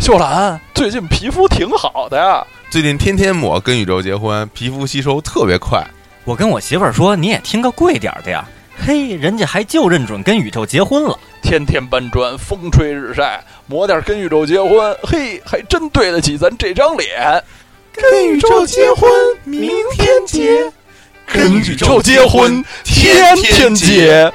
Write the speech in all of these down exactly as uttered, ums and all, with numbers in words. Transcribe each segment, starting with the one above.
秀兰最近皮肤挺好的呀， 最近天天抹跟宇宙结婚，皮肤吸收特别快。 我跟我媳妇儿说，你也听个贵点的呀。嘿，人家还就认准跟宇宙结婚了， 天天搬砖，风吹日晒，抹点跟宇宙结婚，嘿，还真对得起咱这张脸。 跟宇宙结婚，明天结； 跟宇宙结婚，天天结。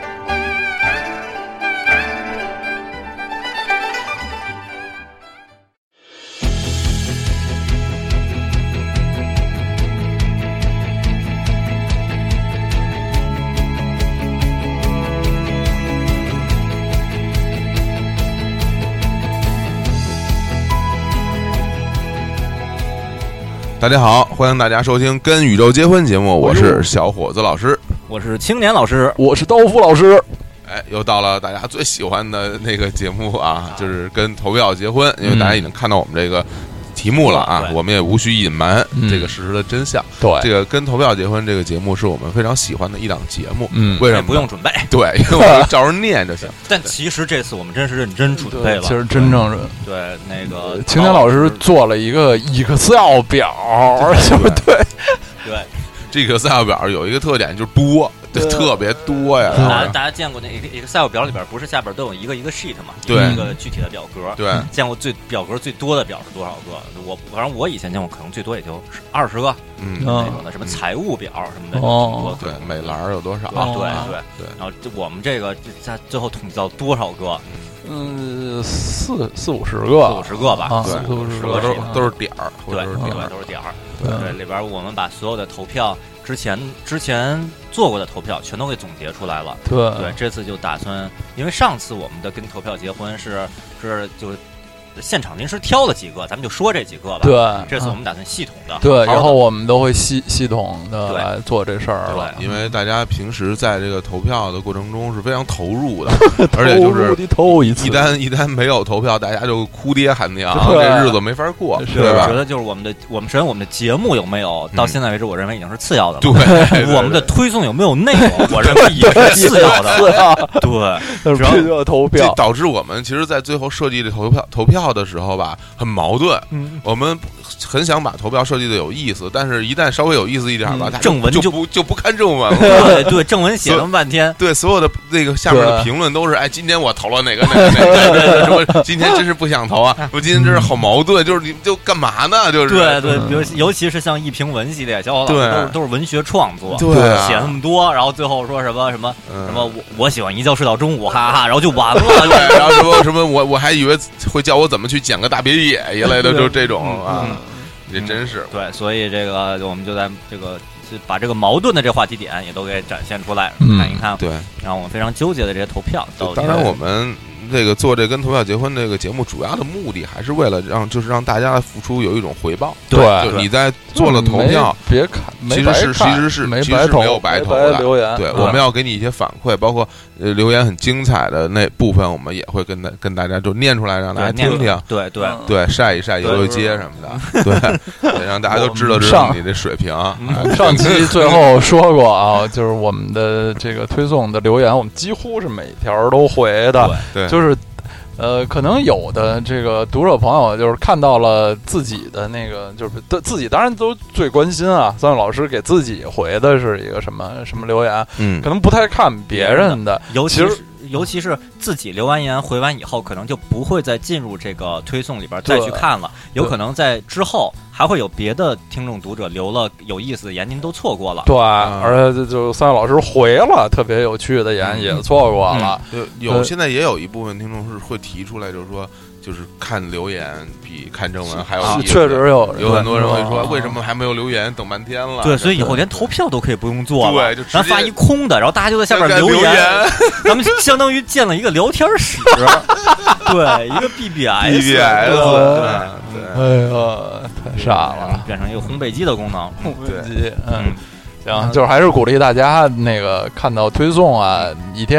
大家好，欢迎大家收听《跟宇宙结婚》节目，我是小伙子老师， 我是青年老师， 我是刀夫老师。 哎，又到了大家最喜欢的那个节目啊，就是跟投票结婚，因为大家已经看到我们这个题目了啊，我们也无需隐瞒这个事实的真相。 对， 这个跟投票结婚这个节目是我们非常喜欢的一档节目。 嗯， 为什么不用准备？ 对，因为我们照着念就行。 但其实这次我们真是认真准备了， 其实真正是对那个青年老师做了一个 Excel 表，对不对？ 对， 这个 Excel 表有一个特点就是多。对，特别多呀！ 大家大家见过那个 Excel 表里边不是下边都有一个一个 sheet 嘛？ 对， 一个具体的表格。 对， 见过最表格最多的表是多少个？我反正我以前见过，可能最多也就二十个。 嗯， 那种的什么财务表什么的， 哦， 对，美栏有多少？ 啊，对对对。 然后我们这个在最后统计到多少个？ 嗯，四四五十个， 四五十个吧。 对， 四五十个都是都是点儿， 对， 都是点儿， 都是点儿。 对， 里边我们把所有的投票之前之前做过的投票全都给总结出来了。 对对，这次就打算，因为上次我们的跟投票结婚是是就现场临时挑了几个，咱们就说这几个吧。 对， 这次我们打算系统的。 对，以后我们都会系系统的来做这事儿了。 因为大家平时在这个投票的过程中是非常投入的，而且就是投一次， 一旦一旦没有投票，大家就哭爹喊娘，这日子没法过，对吧？ 我觉得就是我们的，我们首先我们的节目有没有，到现在为止，我认为已经是次要的了。 对， 我们的推送有没有内容，我认为也是次要的。对， 主要投票， 这导致我们其实，在最后设计这投票投票的时候吧，很矛盾。 嗯， 我们很想把投票设计的有意思，但是一旦稍微有意思一点吧，它正文就不就不看正文了。 对对，正文写了半天， 对，所有的那个下面的评论都是，哎，今天我投了哪个哪个哪个什么，今天真是不想投啊！我今天真是好矛盾，就是你就干嘛呢？就是对对，尤尤其是像一评文系列，小伙老师都是都是文学创作， 对， 写那么多，然后最后说什么什么什么我我喜欢一觉睡到中午，哈哈，然后就完了。 对，然后什么什么我我还以为会教我怎么去捡个大别野一类的，就这种啊。这真是、 嗯、对，所以这个我们就在这个把这个矛盾的这话题点也都给展现出来， 嗯、 看一看。 对， 然后我们非常纠结的这些投票， 当然我们这个做这跟投票结婚这个节目，主要的目的还是为了让就是让大家的付出有一种回报。 对， 就你在做了投票， 别看， 其实是其实是没其实是没有白投的留言。 对，我们要给你一些反馈，包括呃留言很精彩的那部分，我们也会跟大跟大家就念出来，让大家听听。 对对对，晒一晒游游街什么的，对，对，让大家都知道知道你这水平。 上期最后说过啊，就是我们的这个推送的留言，我们几乎是每条都回的， 对， 就是。呃，可能有的这个读者朋友就是看到了自己的那个，就是自己当然都最关心啊。三位老师给自己回的是一个什么什么留言， 嗯， 可能不太看别人的， 尤其是尤其是自己留完言回完以后，可能就不会再进入这个推送里边再去看了，有可能在之后还会有别的听众读者留了有意思的言，您都错过了。 对，嗯、而且就三位老师回了特别有趣的言，也错过了。 嗯、有、呃、现在也有一部分听众是会提出来，就是说。就是看留言比看正文还有意思， 确实有有很多人会说，为什么还没有留言？等半天了。 对，所以以后连投票都可以不用做了， 对，就然后发一空的，然后大家就在下边留言，咱们相当于建了一个聊天室，对，一个 B B S，B B S， 对，哎呀，太傻了， 变成一个烘焙机的功能， 烘焙机，嗯。行，就是还是鼓励大家那个看到推送啊，一天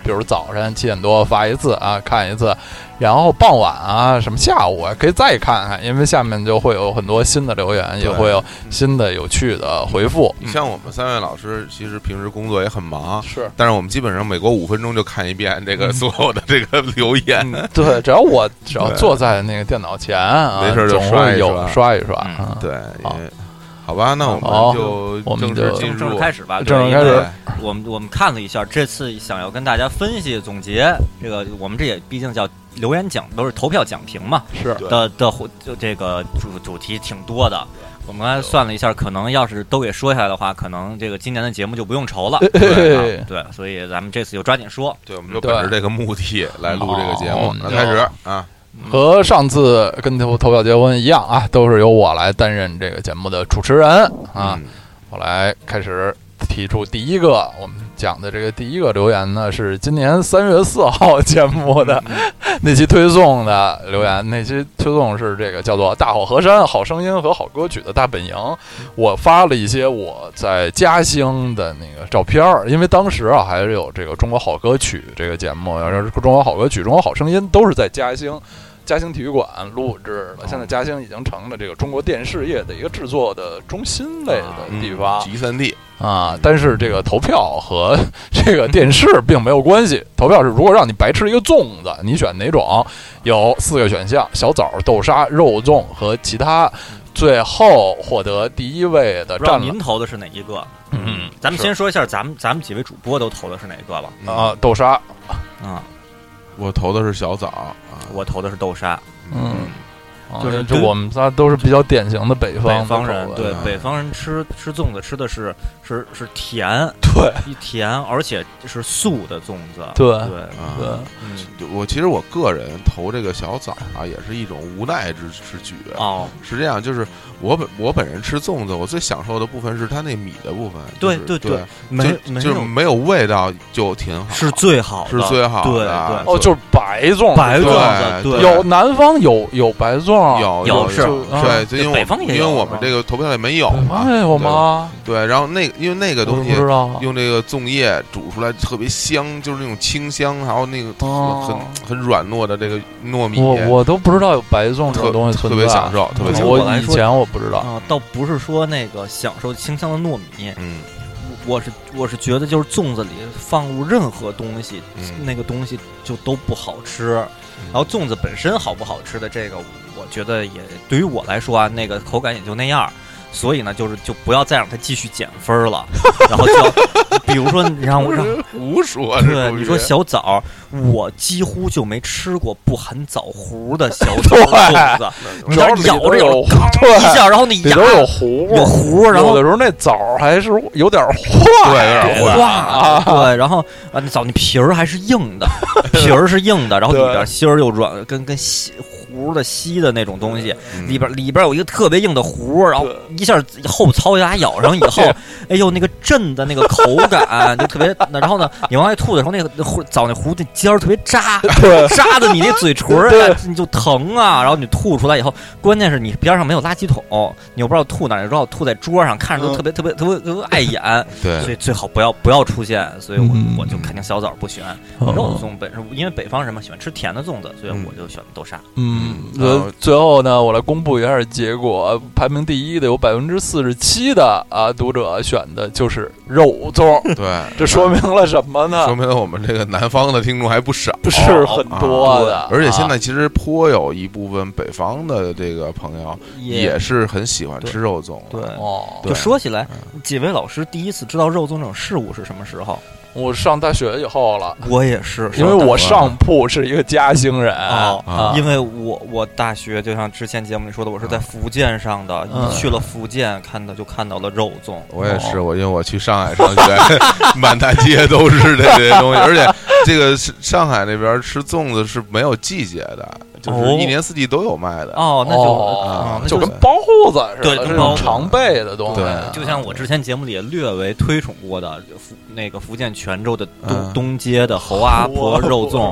比如早晨七点多发一次啊，看一次，然后傍晚啊什么下午啊可以再看看，因为下面就会有很多新的留言，也会有新的有趣的回复。 你像我们三位老师，其实平时工作也很忙， 是， 但是我们基本上每隔五分钟就看一遍这个所有的这个留言。 嗯、对，只要我只要坐在那个电脑前啊， 没事就刷一刷，刷一刷。 嗯嗯、 对，好吧，那我们就正式进入正式开始吧。 正式开始， 我们我们看了一下，这次想要跟大家分析总结这个，我们这也毕竟叫留言奖，都是投票讲评嘛， 是的的就这个主主题挺多的。我们刚才算了一下，可能要是都给说下来的话，可能这个今年的节目就不用筹了。对、啊，对，所以咱们这次就抓紧说。 对，我们就本着这个目的来录这个节目。那开始啊。 和上次跟投投票结婚一样啊，都是由我来担任这个节目的主持人啊。 嗯、 我来开始提出第一个，我们讲的这个第一个留言呢，是今年三月四号节目的那期推送的留言。那期推送是这个叫做《大好河山、好声音和好歌曲的大本营》。我发了一些我在嘉兴的那个照片，因为当时啊还是有这个中国好歌曲这个节目，然后中国好歌曲、中国好声音都是在嘉兴。嘉兴体育馆录制的，现在嘉兴已经成了这个中国电视业的一个制作的中心类的地方， 集散地啊。但是这个投票和这个电视并没有关系。投票是如果让你白吃一个粽子，你选哪种？有四个选项：小枣、豆沙、肉粽和其他。最后获得第一位的占了。 您投的是哪一个？ 嗯， 咱们先说一下，咱们咱们几位主播都投的是哪一个吧？ 啊，豆沙。 啊。 我投的是小枣，啊、 我投的是豆沙。 嗯，就是就我们仨都是比较典型的北方北方人，对，北方人吃吃粽子吃的是是是甜， 对， 一甜，而且是素的粽子， 对对对。 嗯，我其实我个人投这个小枣啊，也是一种无奈之之举哦。 是这样，就是我本我本人吃粽子，我最享受的部分是它那米的部分， 对对对，没就是没有味道就挺好， 是最好的， 是最好的， 对对。 哦，就是白粽， 白粽子，对， 有南方有有白粽， 有有是， 对，因为北方也因为我们这个投票里没有嘛， 没有吗？ 对，然后那个因为那个东西不知道用这个粽叶煮出来特别香，就是那种清香，还有那个很很软糯的这个糯米， 我我都不知道有白粽这种东西存在， 特别享受，特别享受。 我以前我不知道啊，倒不是说那个享受清香的糯米， 嗯， 我是我是觉得就是粽子里放入任何东西， 嗯、 那个东西就都不好吃。然后粽子本身好不好吃的这个，我觉得也对于我来说啊，那个口感也就那样。所以呢，就是就不要再让它继续减分了，然后就比如说你让我让胡说， 对你说小枣，我几乎就没吃过不含枣核的小枣粽子，你咬着咬着一下，然后那里头有核有核，然后有的时候那枣还是有点化， 对，有点化，对，然后啊，那枣那皮儿还是硬的，皮儿是硬的，然后里边芯儿又软，跟跟稀糊的稀的那种东西，里边里边有一个特别硬的核，然后一下后槽牙咬上以后，哎呦，那个震的那个口感就特别，然后呢，你往外吐的时候，那个枣那核那尖儿特别扎，扎的你那嘴唇啊你就疼啊，然后你吐出来以后，关键是你边上没有垃圾桶，你又不知道吐哪儿，你知道吐在桌上，看着都特别特别特别特别碍眼， 对， 所以最好不要不要出现，所以我我就肯定小枣不选。肉粽本身因为北方人嘛喜欢吃甜的粽子，所以我就选豆沙。 嗯，呃，最后呢，我来公布一下结果，排名第一的有百分之四十七的啊读者选的就是肉粽， 对， 这说明了什么呢？ 说明了我们这个南方的听众还不少， 是很多的， 啊、而且现在其实颇有一部分北方的这个朋友也是很喜欢吃肉粽。 对， 哦， 就说起来，几位老师第一次知道肉粽这种事物是什么时候？ 我上大学以后了， 我也是， 因为我上铺是一个嘉兴人， 哦啊、 因为我我大学就像之前节目里说的，我是在福建上的， 嗯、 一去了福建，看到就看到了肉粽。 我也是，我因为我去上海上学，满大街都是这些东西，而且这个上海那边吃粽子是没有季节的。就是一年四季都有卖的哦，那就、 哦嗯、 就跟包子似的， 对， 这种常备的东西。 对， 就像我之前节目里也略微推崇过的，福那个福建泉州的东、 嗯、 东街的侯阿婆肉粽，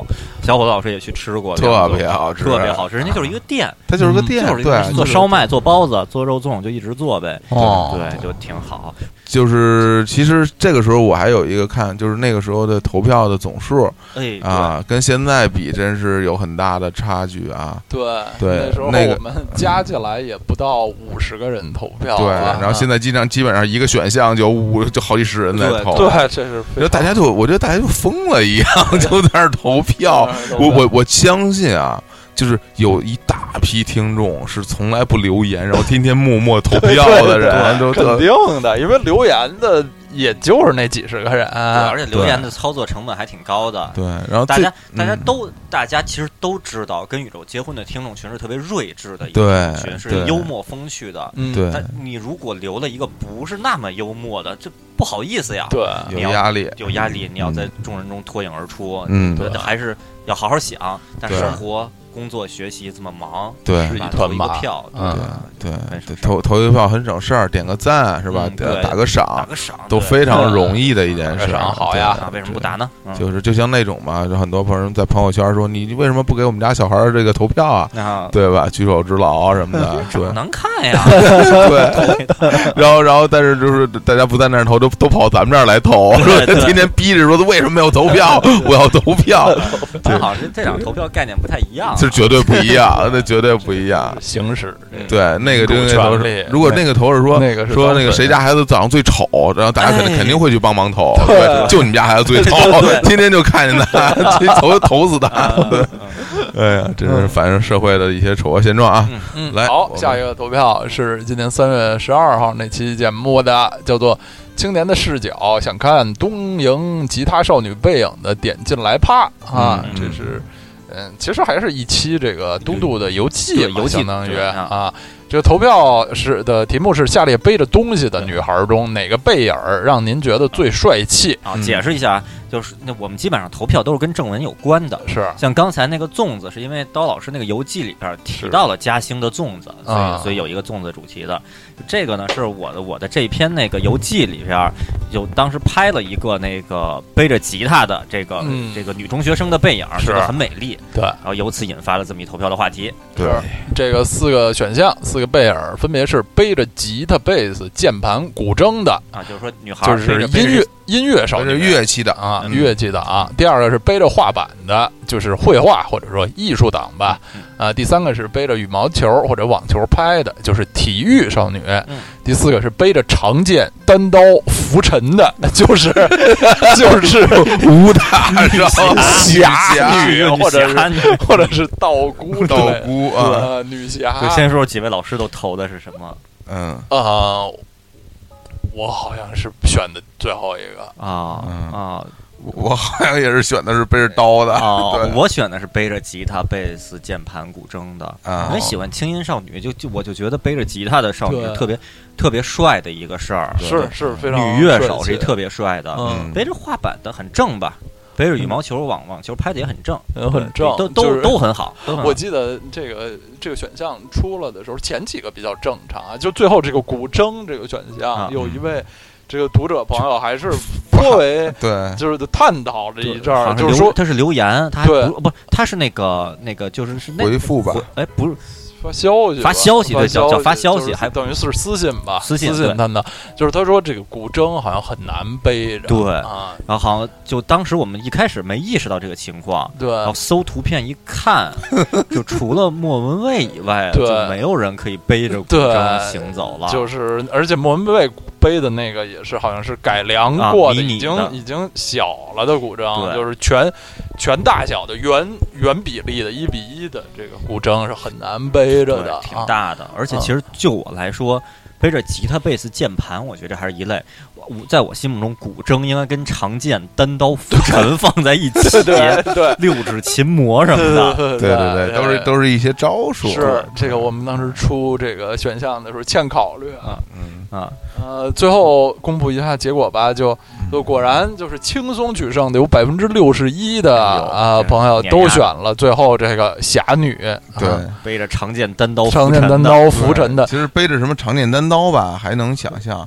小伙子老师也去吃过， 特别好吃， 特别好吃。人家就是一个店， 它就是个店， 就是对， 做烧麦、做包子、做肉粽就一直做呗。 哦， 对，就挺好。 就是其实这个时候我还有一个看，就是那个时候的投票的总数， 哎啊，跟现在比真是有很大的差距啊。 对对， 那时候那个我们加起来也不到五十个人投票， 对，然后现在基本上基本上一个选项就五就好几十人在投， 对，这是觉得大家就我觉得大家就疯了一样，就在那儿投票。我我我相信啊。就是有一大批听众是从来不留言，然后天天默默投票的人，都肯定的，因为留言的也就是那几十个人， 而且留言的操作成本还挺高的。 对，然后大家大家都大家其实都知道，跟宇宙结婚的听众群是特别睿智的一个群，是幽默风趣的。 对， 但你如果留了一个不是那么幽默的，这不好意思呀。 对， 有压力， 有压力，你要在众人中脱颖而出。 嗯， 对，还是要好好想。但生活。工作学习这么忙， 对， 是一团麻。 票， 嗯，对对，投投一个票很省事儿，点个赞是吧？打个赏， 打个赏都非常容易的一件事。 好呀， 为什么不打呢？ 就是就像那种嘛，就很多朋友在朋友圈说，你为什么不给我们家小孩这个投票啊？对吧？举手之劳什么的，对， 能看呀。 对，然后然后但是就是大家不在那儿投，都都跑咱们这儿来投，天天逼着说为什么没有投票？我要投票。 正好这这两个投票概念不太一样。 是绝对不一样，那绝对不一样。 行使对那个就那头是，如果那个头是说那个说那个谁家孩子长得最丑，然后大家肯定肯定会去帮忙投，对，就你们家孩子最丑，天天就看见他，投投死他。哎呀，这是反映社会的一些丑恶现状啊。来， 好，下一个投票是今年三月十二号那期节目的，叫做《青年的视角》，想看东瀛吉他少女背影的点进来啪啊，这是。嗯，其实还是一期这个嘟嘟的游记嘛，相当于啊，这个投票是的题目是下列背着东西的女孩中哪个背影让您觉得最帅气啊？解释一下，就是那我们基本上投票都是跟正文有关的， 是像刚才那个粽子，是因为刀老师那个游记里边提到了嘉兴的粽子，所以所以有一个粽子主题的。这个呢是我的我的这篇那个游记里边，就当时拍了一个那个背着吉他的这个、嗯、这个女中学生的背影，觉得很美丽， 对， 然后由此引发了这么一投票的话题。 对， 这个四个选项，四个背影分别是背着吉他、贝斯、键盘、古筝的啊，就是说女孩就是音乐音乐少女乐器的啊，嗯、乐器的啊。第二个是背着画板的，就是绘画或者说艺术党吧。 嗯、 啊，第三个是背着羽毛球或者网球拍的，就是体育少女。 嗯、 第四个是背着长剑、单刀、拂尘的，就是就是武打上侠女，或者是或者是道姑道姑啊， 女侠。 就先说几位老师都投的是什么？ 嗯啊。呃我好像是选的最后一个啊啊！ 我好像也是选的是背着刀的啊，我选的是背着吉他、贝斯、键盘、古筝的啊。我喜欢轻音少女，就就我就觉得背着吉他的少女特别特别帅的一个事儿， 是是非常女乐手是特别帅的， 嗯， 背着画板的很正吧。背着羽毛球、网网球拍的也很正， 嗯、很正， 都都、就是、都很好。都很好我记得这个这个选项出了的时候，前几个比较正常啊，就最后这个古筝这个选项， 啊、 有一位这个读者朋友还是颇为对， 就是探讨了一阵儿，就是说他是留言，他还不不，他是那个那个就是是回复吧？ 哎，不是。 发消息， 发消息，对，叫叫发消息， 还等于是私信吧？ 私信， 私信他的，就是他说这个古筝好像很难背着， 对啊， 然后好像就当时我们一开始没意识到这个情况， 对， 然后搜图片一看，就除了莫文蔚以外， 对， 就没有人可以背着古筝行走了。 就是，而且莫文蔚背的那个也是好像是改良过的， 啊、 已经已经小了的古筝， 对就是全全大小的原原比例的一比一的这个古筝是很难背着的， 挺大的。啊、而且其实就我来说，背着吉他、贝斯、键盘，我觉得还是一类。我在我心目中，古筝应该跟长剑、单刀、拂尘放在一起， 对对， 六指琴魔什么的， 对对对，都是都是一些招数。 是这个，我们当时出这个选项的时候欠考虑啊， 嗯啊呃，最后公布一下结果吧，就就果然就是轻松取胜的，有百分之六十一的啊朋友都选了最后这个侠女， 对， 背着长剑、单刀、 长剑、单刀、拂尘的。 其实背着什么长剑、单刀吧，还能想象啊。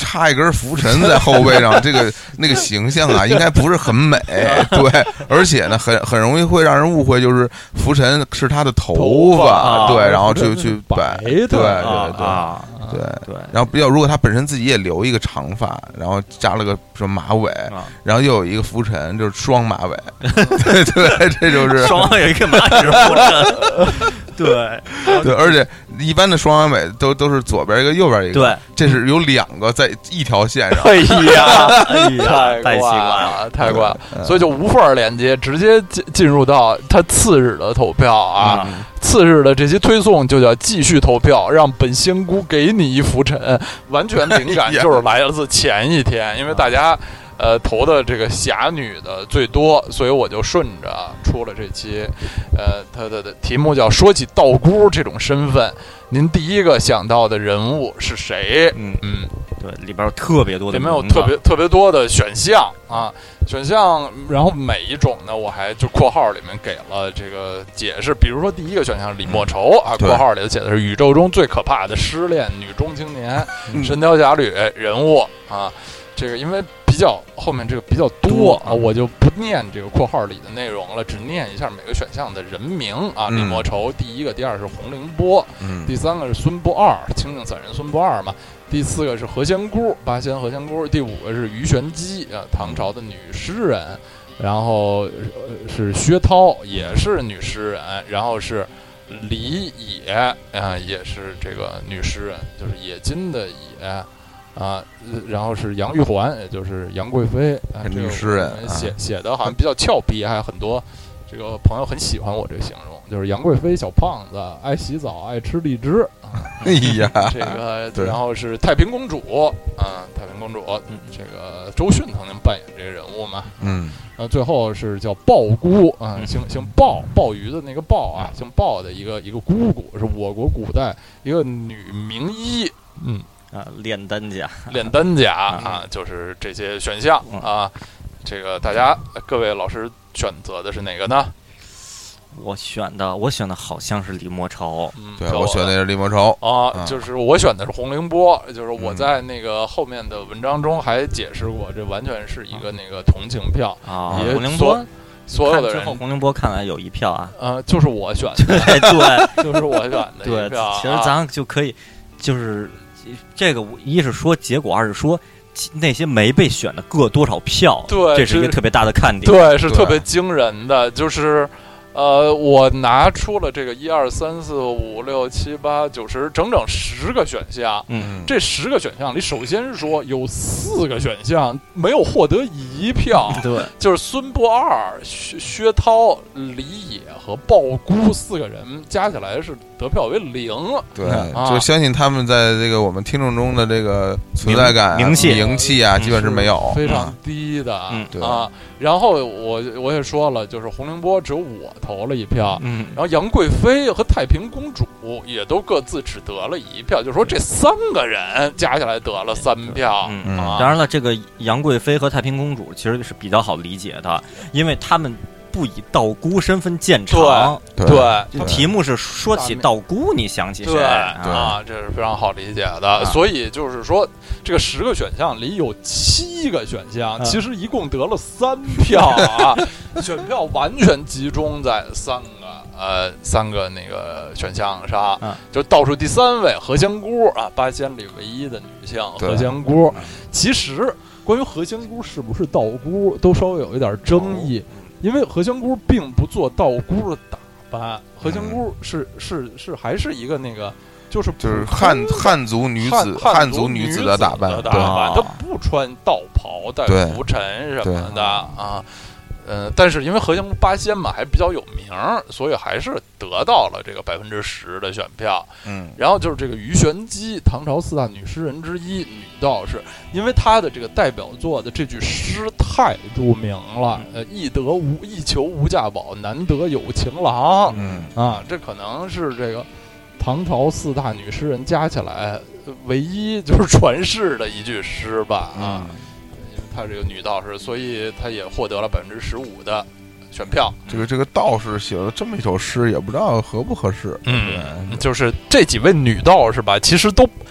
插一根拂尘在后背上，这个那个形象啊，应该不是很美。对，而且呢，很很容易会让人误会，就是拂尘是他的头发，对，然后就去摆，对对对啊， 对对。 然后比较，如果他本身自己也留一个长发，然后加了个什么马尾，然后又有一个拂尘，就是双马尾。对对，这就是双有一个马尾拂尘。对对，而且一般的双马尾都都是左边一个右边一个， 对， 这是有两个在一条线上。 哎呀， 哎呀， 太奇怪了，太怪了，所以就无缝连接，直接进进入到他次日的投票啊。嗯、次日的这些推送就叫继续投票，让本仙姑给你一拂尘，完全灵感就是来自前一天，因为大家。呃，投的这个侠女的最多，所以我就顺着出了这期。呃，它的的题目叫说起道姑这种身份，您第一个想到的人物是谁？嗯嗯， 对，里边有特别多的， 里面有特别特别多的选项啊，选项，然后每一种呢，我还就括号里面给了这个解释，比如说第一个选项李莫愁啊，括号里写的是宇宙中最可怕的失恋女中青年，嗯、神雕侠侣人物啊。这个因为比较后面这个比较多啊，我就不念这个括号里的内容了，只念一下每个选项的人名啊。李莫愁第一个，第二是洪凌波，嗯，第三个是孙不二，清净散人孙不二嘛。第四个是何仙姑，八仙何仙姑。第五个是鱼玄机啊，唐朝的女诗人。然后、呃、是薛涛，也是女诗人。然后是李野啊，也是这个女诗人，就是野金的野。啊，然后是杨玉环，也就是杨贵妃啊， 女诗人写写的好像比较俏皮，还有很多这个朋友很喜欢我这个形容，就是杨贵妃小胖子，爱洗澡，爱吃荔枝。 哎呀， 这个然后是太平公主啊，太平公主，嗯，这个周迅曾经扮演这个人物嘛， 嗯， 然后最后是叫鲍姑啊，姓姓鲍，鲍鱼的那个鲍啊，姓鲍的一个一个姑姑，是我国古代一个女名医，嗯。 啊，炼丹甲， 炼丹甲啊，就是这些选项啊。这个大家各位老师选择的是哪个呢？ 我选的，我选的好像是李莫愁。 嗯，对，我选的是李莫愁啊、嗯。就是我选的是洪凌波，就是我在那个后面的文章中还解释过，这完全是一个那个同情票啊。 洪凌波。 所有的人， 之后洪凌波看来有一票啊。 呃，就是我选的， 对， 就是我选的一票、 啊。其实咱就可以，就是这个一是说结果，二是说那些没被选的各多少票。 对， 这是一个特别大的看点。 对，是特别惊人的，就是。呃，我拿出了这个一二三四五六七八九十，整整十个选项。 嗯， 这十个选项里，首先说有四个选项没有获得一票。 对， 就是孙不二、薛薛涛、李野和鲍姑四个人加起来是得票为零。 对，啊、就相信他们在这个我们听众中的这个存在感、 名气、 名气啊，基本是没有， 非常低的。 嗯， 对啊。然后我我也说了，就是洪凌波只有我投了一票， 嗯， 然后杨贵妃和太平公主也都各自只得了一票，就是说这三个人加起来得了三票。 嗯啊、 当然了，这个杨贵妃和太平公主其实是比较好理解的，因为他们不以道姑身份见长。 对， 对题目是说起道姑，你想起谁？ 对啊， 这是非常好理解的。啊、所以就是说，这个十个选项里有七个选项， 啊、 其实一共得了三票啊，选票完全集中在三个呃三个那个选项上， 啊、 就倒数第三位何仙姑啊，八仙里唯一的女性何仙姑。其实关于何仙姑是不是道姑，都稍微有一点争议。哦，因为何仙姑并不做道姑的打扮，何仙姑是是是还是一个那个就是就是汉汉族女子汉族女子的打扮， 打扮，她不穿道袍戴拂尘什么的啊。呃，但是因为何仙姑八仙嘛，还比较有名，所以还是得到了这个百分之十的选票。 嗯， 然后就是这个鱼玄机，唐朝四大女诗人之一，女道士，因为她的这个代表作的这句诗太著名了，呃，易得无易求无价宝，难得有情郎。 嗯啊，这可能是这个唐朝四大女诗人加起来唯一就是传世的一句诗吧。啊。 嗯， 她这个女道士，所以她也获得了百分之十五的选票。 这个这个道士写了这么一首诗，也不知道合不合适。 嗯，就是这几位女道士吧，其实都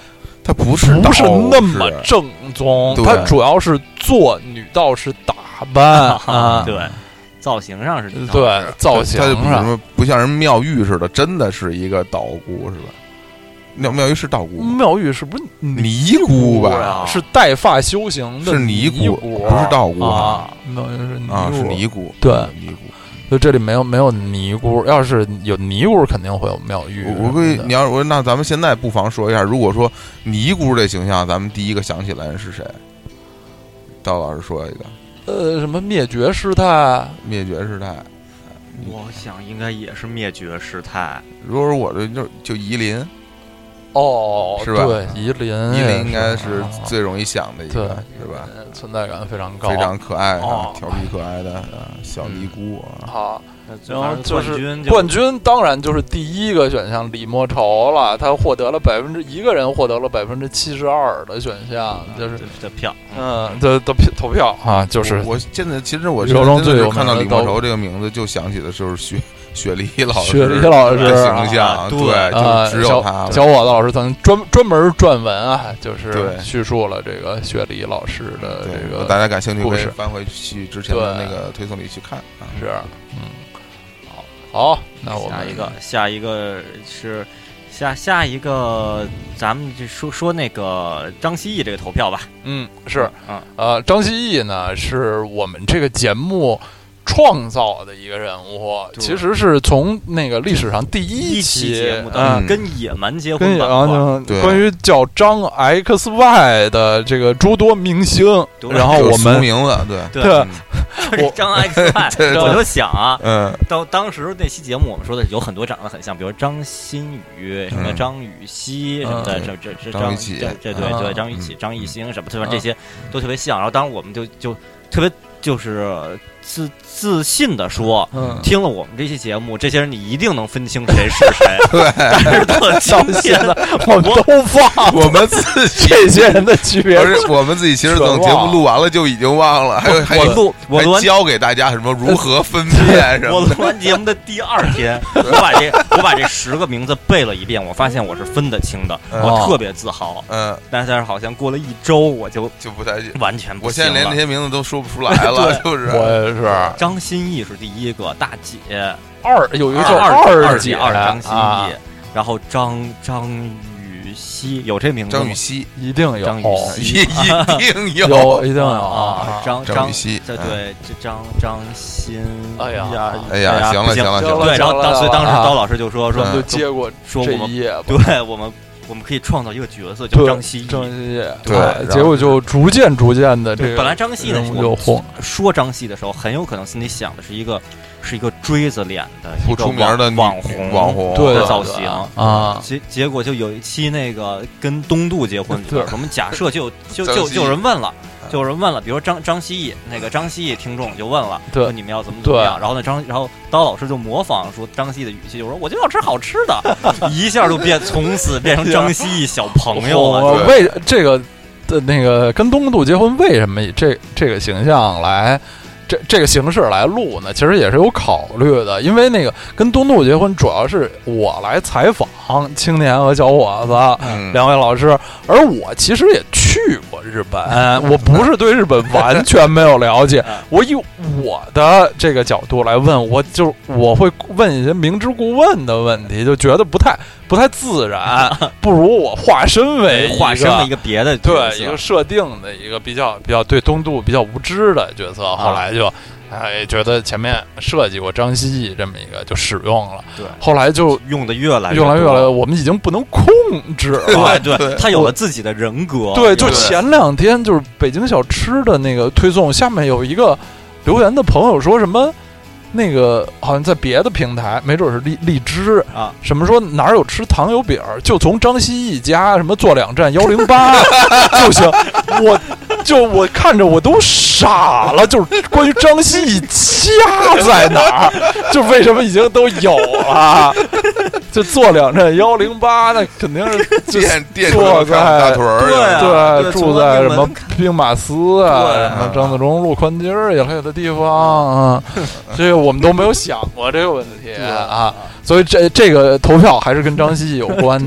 它不是不是那么正宗，它主要是做女道士打扮啊， 对，造型上是对造型上， 它就不像人妙玉似的，真的是一个道姑是吧？妙妙玉是道姑， 妙玉是不是尼姑吧？ 是带发修行的， 是尼姑，不是道姑啊。妙玉是尼姑， 啊，是尼姑， 对， 尼姑。 就这里没有没有尼姑，要是有尼姑，肯定会有妙玉。 我估计你要我那咱们现在不妨说一下，如果说尼姑这形象，咱们第一个想起来是谁？刀老师说一个。 呃，什么灭绝师太？ 灭绝师太。 我想应该也是灭绝师太。 如果说我这就就夷陵。 哦， 是吧？ 对，夷陵， 夷陵应该是最容易想的一个，是吧？ 存在感非常高， 非常可爱， 哦、 调皮可爱的小尼姑啊。 好， 然后就是冠军，当然就是第一个选项李莫愁了，他获得了百分之一个人获得了百分之七十二的选项，就是的票， 嗯，的的投票啊，就是我现在其实我有中最有看到李莫愁这个名字，就想起的就是薛。雪梨老师， 雪梨老师的形象，对，就只有他。 小伙子老师曾经专专门撰文啊，就是叙述了这个雪梨老师的这个， 大家感兴趣可以翻回去之前的那个推送里去看啊。 是，嗯，好，好，那我们下一个，下一个是下下一个，咱们就说说那个张希毅这个投票吧。 嗯，是，嗯，呃，张希毅呢是我们这个节目创造的一个人物，其实是从那个历史上第一期节目的、嗯、跟野蛮结婚板块，关于叫张 X Y 的这个诸多明星，然后我们名字对对， 我张 X Y， 我就想啊， 嗯， 到当时那期节目我们说的有很多长得很像，比如张馨予、什么张雨绮什么的，这这这张这这对对张雨绮、张艺兴什么，对吧？这些都特别像。然后当时我们就就特别就是自自信的说， 嗯， 听了我们这期节目，这些人你一定能分清谁是谁。 对， 但是到今天我们都忘我们自己这些人的区别， 而且我们自己其实等节目录完了就已经忘了，还有还我录我录完教给大家什么如何分辨什么。 我录完节目的第二天，我把这我把这十个名字背了一遍，我发现我是分得清的， 嗯、 我特别自豪。 嗯， 但是但是好像过了一周，我就就不太完全不行了。 我现在连这些名字都说不出来了，就是我也是。 张歆艺是第一个，大姐二有一个叫二姐， 二张歆艺、 啊， 然后张张雨绮有这名字吗？ 张雨绮一定有， 张雨绮一定有， 有一定有啊！张张雨绮， 对对，这张张欣， 哎呀哎呀，行了行了行了， 对，然后当所以当时刀老师就说说就接过说我们页， 对我们。我们可以创造一个角色叫张希毅， 张希毅， 对， 结果就逐渐逐渐的这个， 本来张希呢， 就红。 说张希的时候，很有可能心里想的是一个是一个锥子脸的不出名的网红网红的造型啊， 结结果就有一期那个跟东渡结婚里边，我们假设就就就就有人问了。就有人问了，比如说张张希毅，那个张希毅听众就问了，说你们要怎么怎么样？然后呢，张然后刀老师就模仿说张希的语气，就说我就要吃好吃的，一下就变从此变成张希毅小朋友了。 为这个的那个跟东渡结婚，为什么以这这个形象来？这这个形式来录呢，其实也是有考虑的，因为那个跟东渡结婚，主要是我来采访青年和小伙子、 嗯、 两位老师，而我其实也去过日本，我不是对日本完全没有了解，我以我的这个角度来问，我就我会问一些明知故问的问题，就觉得不太不太自然，不如我化身为化身为一个别的角色， 对一个设定的一个比较比较对东渡比较无知的角色，后来就。就哎，觉得前面设计过张希毅这么一个就使用了， 对， 后来就用的越来越用来越来，我们已经不能控制了， 对对，他有了自己的人格。 对，就前两天就是北京小吃的那个推送，下面有一个留言的朋友说什么。那个好像在别的平台，没准是荔荔枝啊， 什么说哪有吃糖油饼，就从张希毅家什么坐两站幺零八就行。我就我看着我都傻了，就是关于张希毅家在哪儿，就为什么已经都有了，就坐两站幺零八，那肯定是店店坐在大腿儿， 对对，住在什么兵马司啊，什么张自忠路宽街儿一类的地方啊，这个我们都没有想过这个问题啊，所以这这个投票还是跟张希毅有关的。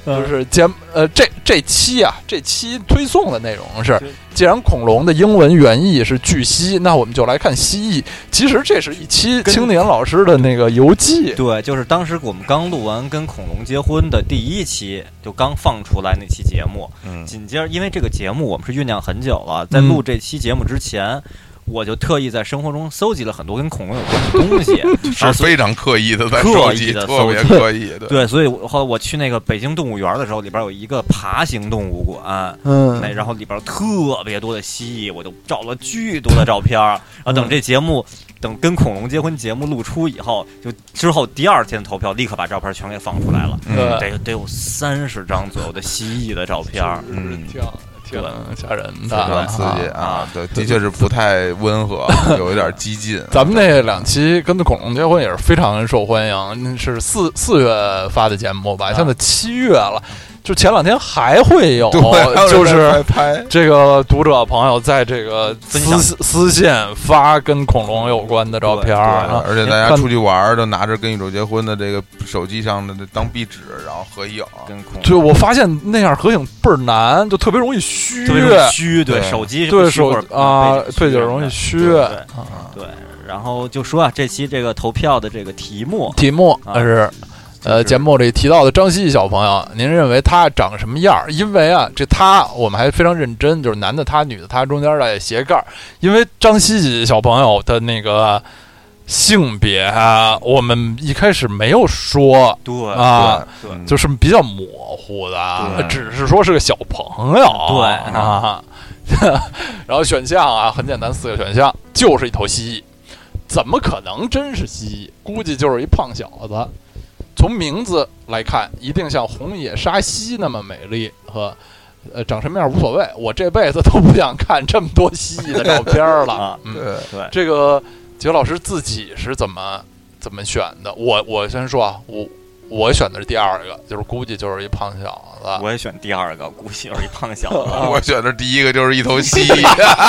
就是节呃这这期啊，这期推送的内容是，既然恐龙的英文原意是巨蜥，那我们就来看蜥蜴。其实这是一期青年老师的那个游记， 对，就是当时我们刚录完跟恐龙结婚的第一期，就刚放出来那期节目。嗯，紧接着因为这个节目我们是酝酿很久了，在录这期节目之前。嗯我就特意在生活中搜集了很多跟恐龙有关的东西， 是非常刻意的在收集，特别刻意的。 对，所以后来我去那个北京动物园的时候，里边有一个爬行动物馆， 嗯， 那然后里边特别多的蜥蜴，我就照了巨多的照片。然后等这节目，等跟恐龙结婚节目录出以后，就之后第二天投票，立刻把照片全给放出来了， 嗯， 得得有三十张左右的蜥蜴的照片， 嗯。挺吓人的， 非常刺激啊！对，的确是不太温和，有一点激进。 咱们那两期跟恐龙结婚也是非常受欢迎，是四四月发的节目吧？现在七月了。就前两天还会有，就是这个读者朋友在这个私私信发跟恐龙有关的照片， 而且大家出去玩都拿着跟宇宙结婚的这个手机上的当壁纸，然后合影。 跟恐龙对，我发现那样合影倍儿难，就特别容易虚， 特别容易虚。对，手机对手啊背景容易虚。 对，然后就说啊，这期这个投票的这个题目， 题目是。呃，节目里提到的张希小朋友，您认为他长什么样？因为啊，这他我们还非常认真，就是男的他，女的他，中间带斜杠。因为张希小朋友的那个性别啊，我们一开始没有说， 对啊， 对， 就是比较模糊的，只是说是个小朋友， 对啊。然后选项啊，很简单，四个选项，就是一头蜥蜴，怎么可能真是蜥蜴？估计就是一胖小子。从名字来看，一定像红野沙蜥那么美丽和，呃，长什么样无所谓。我这辈子都不想看这么多蜥蜴的照片了。 啊、 嗯， 对对， 这个杰老师自己是怎么怎么选的？我我先说啊，我我选的是第二个，就是估计就是一胖小子。 我也选第二个，估计就是一胖小子。 我选的第一个就是一头蜥蜴。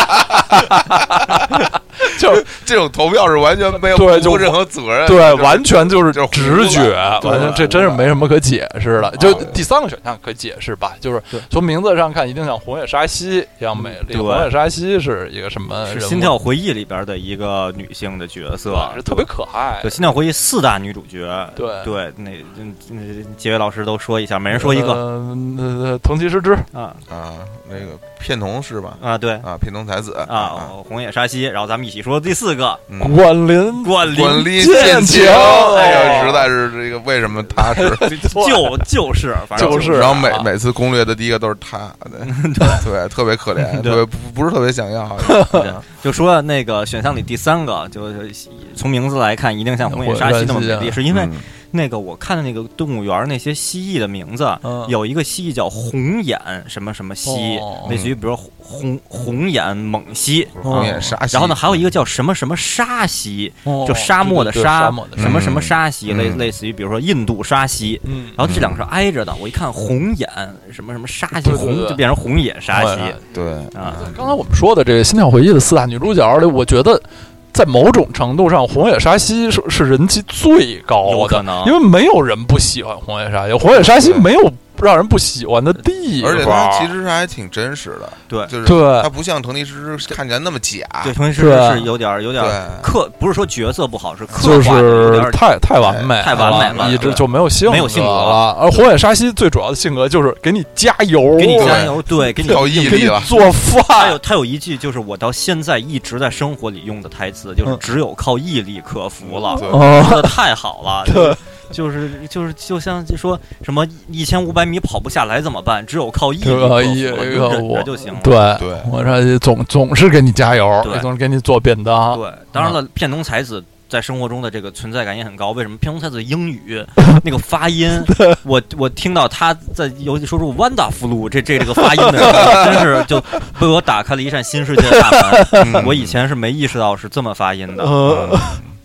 就这种投票是完全没有对， 就任何责任， 对，完全就是直觉， 完全这真是没什么可解释的。就第三个选项可解释吧，就是从名字上看，一定像红野沙蜥一样美丽。红野沙蜥是一个什么？ 是《心跳回忆》里边的一个女性的角色， 是特别可爱。 对，《心跳回忆》四大女主角， 对对，那几位老师都说一下，每人说一个。 呃，藤崎诗织啊啊，那个片桐是吧？ 啊，对啊，片桐才子啊，红野沙蜥，然后咱们一起说第四个， 关林关林剑情，哎呀，实在是这个为什么他是就就是反正就是， 然后每每次攻略的第一个都是他，对对，特别可怜，特别不是特别想要。 就说那个选项里第三个，就是从名字来看，一定像红野沙蜥那么美丽，是因为。那个我看的那个动物园那些蜥蜴的名字， 嗯、 有一个蜥蜴叫红眼什么什么蜥， 哦、 类似于比如说红红眼猛蜥， 红眼沙蜥。 然后呢，还有一个叫什么什么沙蜥， 哦、 就沙漠的沙， 对对什么什么沙蜥， 嗯、 类类似于比如说印度沙蜥。 嗯、 然后这两个是挨着的，我一看红眼什么什么沙蜥， 对对对红就变成红眼沙蜥。 对啊， 刚才我们说的这个《心跳回忆》的四大女主角里，我觉得。在某种程度上，红野沙蜥是是人气最高的，因为没有人不喜欢红野沙蜥，红野沙蜥没有让人不喜欢的地方， 而且它其实还挺真实的， 对， 就是对， 它不像藤崎诗织看起来那么假， 对，藤崎诗织是有点有点刻，不是说角色不好，是刻画的太太完美， 太完美了， 一直就没有性没有性格了。而红野沙蜥最主要的性格就是给你加油， 给你加油，对，给你有毅力了， 做饭。 他有他有一句就是我到现在一直在生活里用的台词，就是只有靠毅力克服了，说的太好了，对。就是就是就像就说什么一千五百米跑不下来怎么办？只有靠毅力克服了就行了。 对对， 我这总总是给你加油，总是给你做便当。 对，当然了，片桐才子在生活中的这个存在感也很高。为什么片桐才子英语那个发音，我我听到他在尤其说出弯达夫路这这这个发音的时候，真是就被我打开了一扇新世界的大门。我以前是没意识到是这么发音的。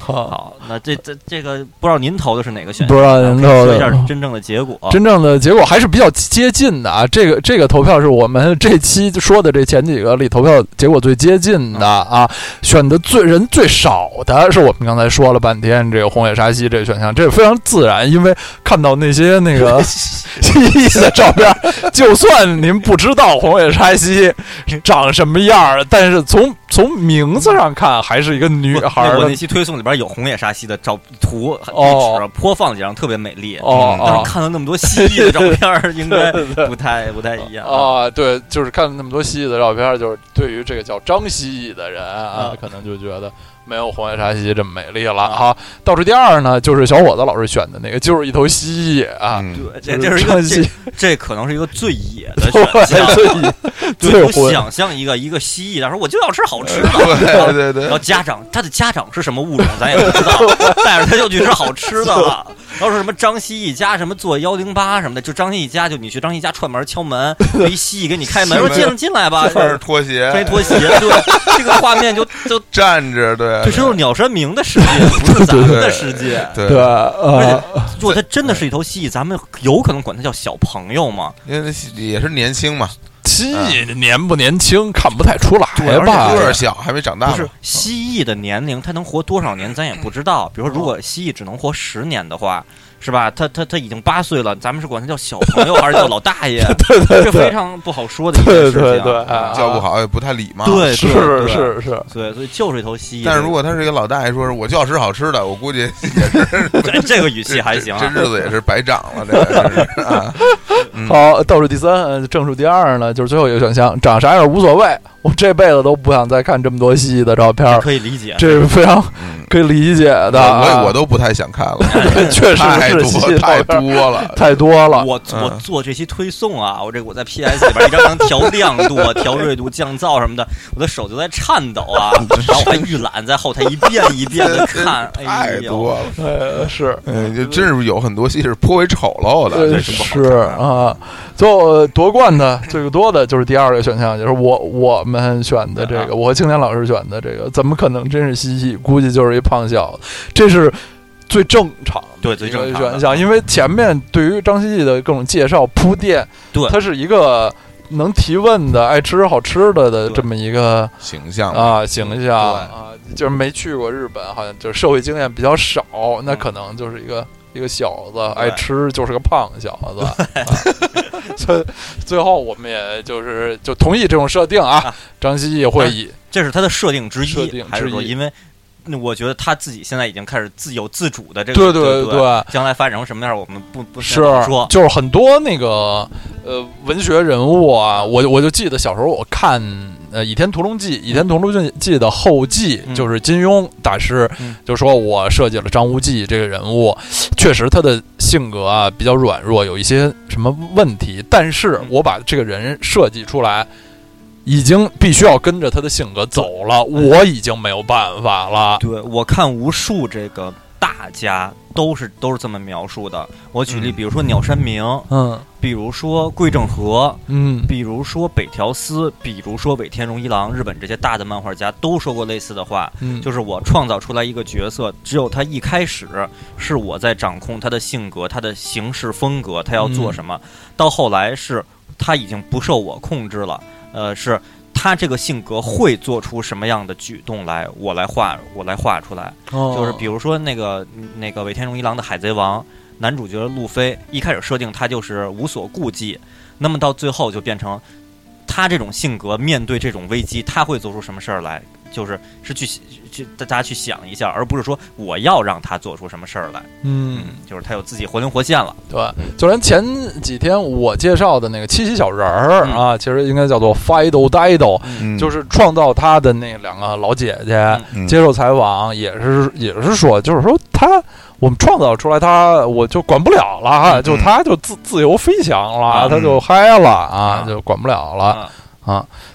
好，那这这这个不知道您投的是哪个选项？ 不知道您投的， 说一下真正的结果。 真正的结果还是比较接近的啊！这个这个投票是我们这期说的这前几个里投票结果最接近的啊，选的最人最少的是我们刚才说了半天这个红野沙希这个选项，这个非常自然，因为看到那些那个蜥蜴的照片，就算您不知道红野沙希长什么样，但是从从名字上看还是一个女孩的。 我那期推送里边有红野沙希的照图， 哦， 一播放几张特别美丽。 哦， 但是看了那么多蜥蜴的照片，应该不太不太一样啊。对，就是看了那么多蜥蜴的照片，就是对于这个叫张蜥蜴的人啊，可能就觉得没有红野沙希这么美丽了哈。倒数第二呢，就是小伙子老师选的那个，就是一头蜥蜴啊。 对，这这是一个这这可能是一个最野的选项， 最野。 对，我想象一个一个蜥蜴，他说我就要吃好吃的， 对对对。 然后家长他的家长是什么物种，咱也不知道，带着他就去吃好吃的了。然后说什么张蜥蜴家什么做幺零八什么的，就张蜥蜴家就你去张蜥蜴家串门敲门，有一蜥蜴给你开门，说进进来吧， 穿着拖鞋， 穿拖鞋，对，这个画面就就站着，对， 这是鸟山明的世界，不是咱们的世界， 对对。 而且如果它真的是一头蜥蜴，咱们有可能管它叫小朋友吗？ 因为也是年轻嘛。 蜥蜴年不年轻看不太出来吧， 个儿小还没长大。 不是蜥蜴的年龄，它能活多少年咱也不知道。比如说，如果蜥蜴只能活十年的话，是吧？他他他已经八岁了，咱们是管他叫小朋友还是叫老大爷？ 对对对， 这非常不好说的一件事情。 对对对， 叫不好也不太礼貌。 对， 是是是， 对，所以就是一头蜥蜴。 但是如果他是一个老大爷，说是我就要吃好吃的，我估计也是这这个语气还行， 这日子也是白长了。这个是啊。 好，倒数第三，正数第二呢，就是最后一个选项，长啥样无所谓。我这辈子都不想再看这么多蜥蜴的照片， 可以理解， 这是非常可以理解的。 我我都不太想看了， 确实太多太多了， 太多了。 我我做这期推送啊，我这我在 P S 里边一张张调亮度、调锐度、降噪什么的，我的手就在颤抖啊，然后我还预览在后台一遍一遍的看， 太多了。 呃，是， 嗯，就真是有很多戏是颇为丑陋的，这是啊。最后夺冠的最多的就是第二个选项，就是我我们选的这个，我和青年老师选的这个，怎么可能真是蜥蜴？估计就是一胖小子，这是最正常的对最正常选项，因为前面对于张蜥蜴的各种介绍铺垫， 对， 它是一个能提问的、爱吃好吃的的这么一个形象啊形象啊，就是没去过日本，好像就是社会经验比较少，那可能就是一个。一个小子爱吃，就是个胖小子。啊、所以最后我们也就是就同意这种设定啊。啊张蜥蜴会以这是他的设定之一， 设定还是说因为我觉得他自己现在已经开始自有自主的这个， 对对对对， 将来发展成什么样，我们不不是说。 就是很多那个呃文学人物啊，我我就记得小时候我看。呃，《倚天屠龙记》《倚天屠龙记》的后记、嗯、就是金庸大师、嗯、就说我设计了张无忌这个人物，确实他的性格啊比较软弱，有一些什么问题，但是我把这个人设计出来，已经必须要跟着他的性格走了，我已经没有办法了。 对，我看无数这个大家都是都是这么描述的。我举例，比如说鸟山明， 嗯， 比如说桂正和， 嗯， 比如说北条司，比如说尾田荣一郎，日本这些大的漫画家都说过类似的话， 嗯， 就是我创造出来一个角色，只有他一开始是我在掌控他的性格、他的行事风格，他要做什么，嗯、到后来是他已经不受我控制了，呃，是。他这个性格会做出什么样的举动来，我来画，我来画出来。 哦、 就是比如说那个那个尾田荣一郎的《海贼王》，男主角路飞一开始设定他就是无所顾忌，那么到最后就变成他这种性格面对这种危机，他会做出什么事儿来？就是是去去大家去想一下，而不是说我要让他做出什么事儿来。 嗯， 就是他有自己活灵活现了。 对，就连前几天我介绍的那个七喜小人儿、嗯、啊，其实应该叫做 Fido Dido，、嗯、就是创造他的那两个老姐姐、嗯、接受采访，也是也是说，就是说他我们创造出来他，我就管不了了，嗯、就他就自自由飞翔了，嗯、他就嗨了啊，就管不了了。 嗯啊，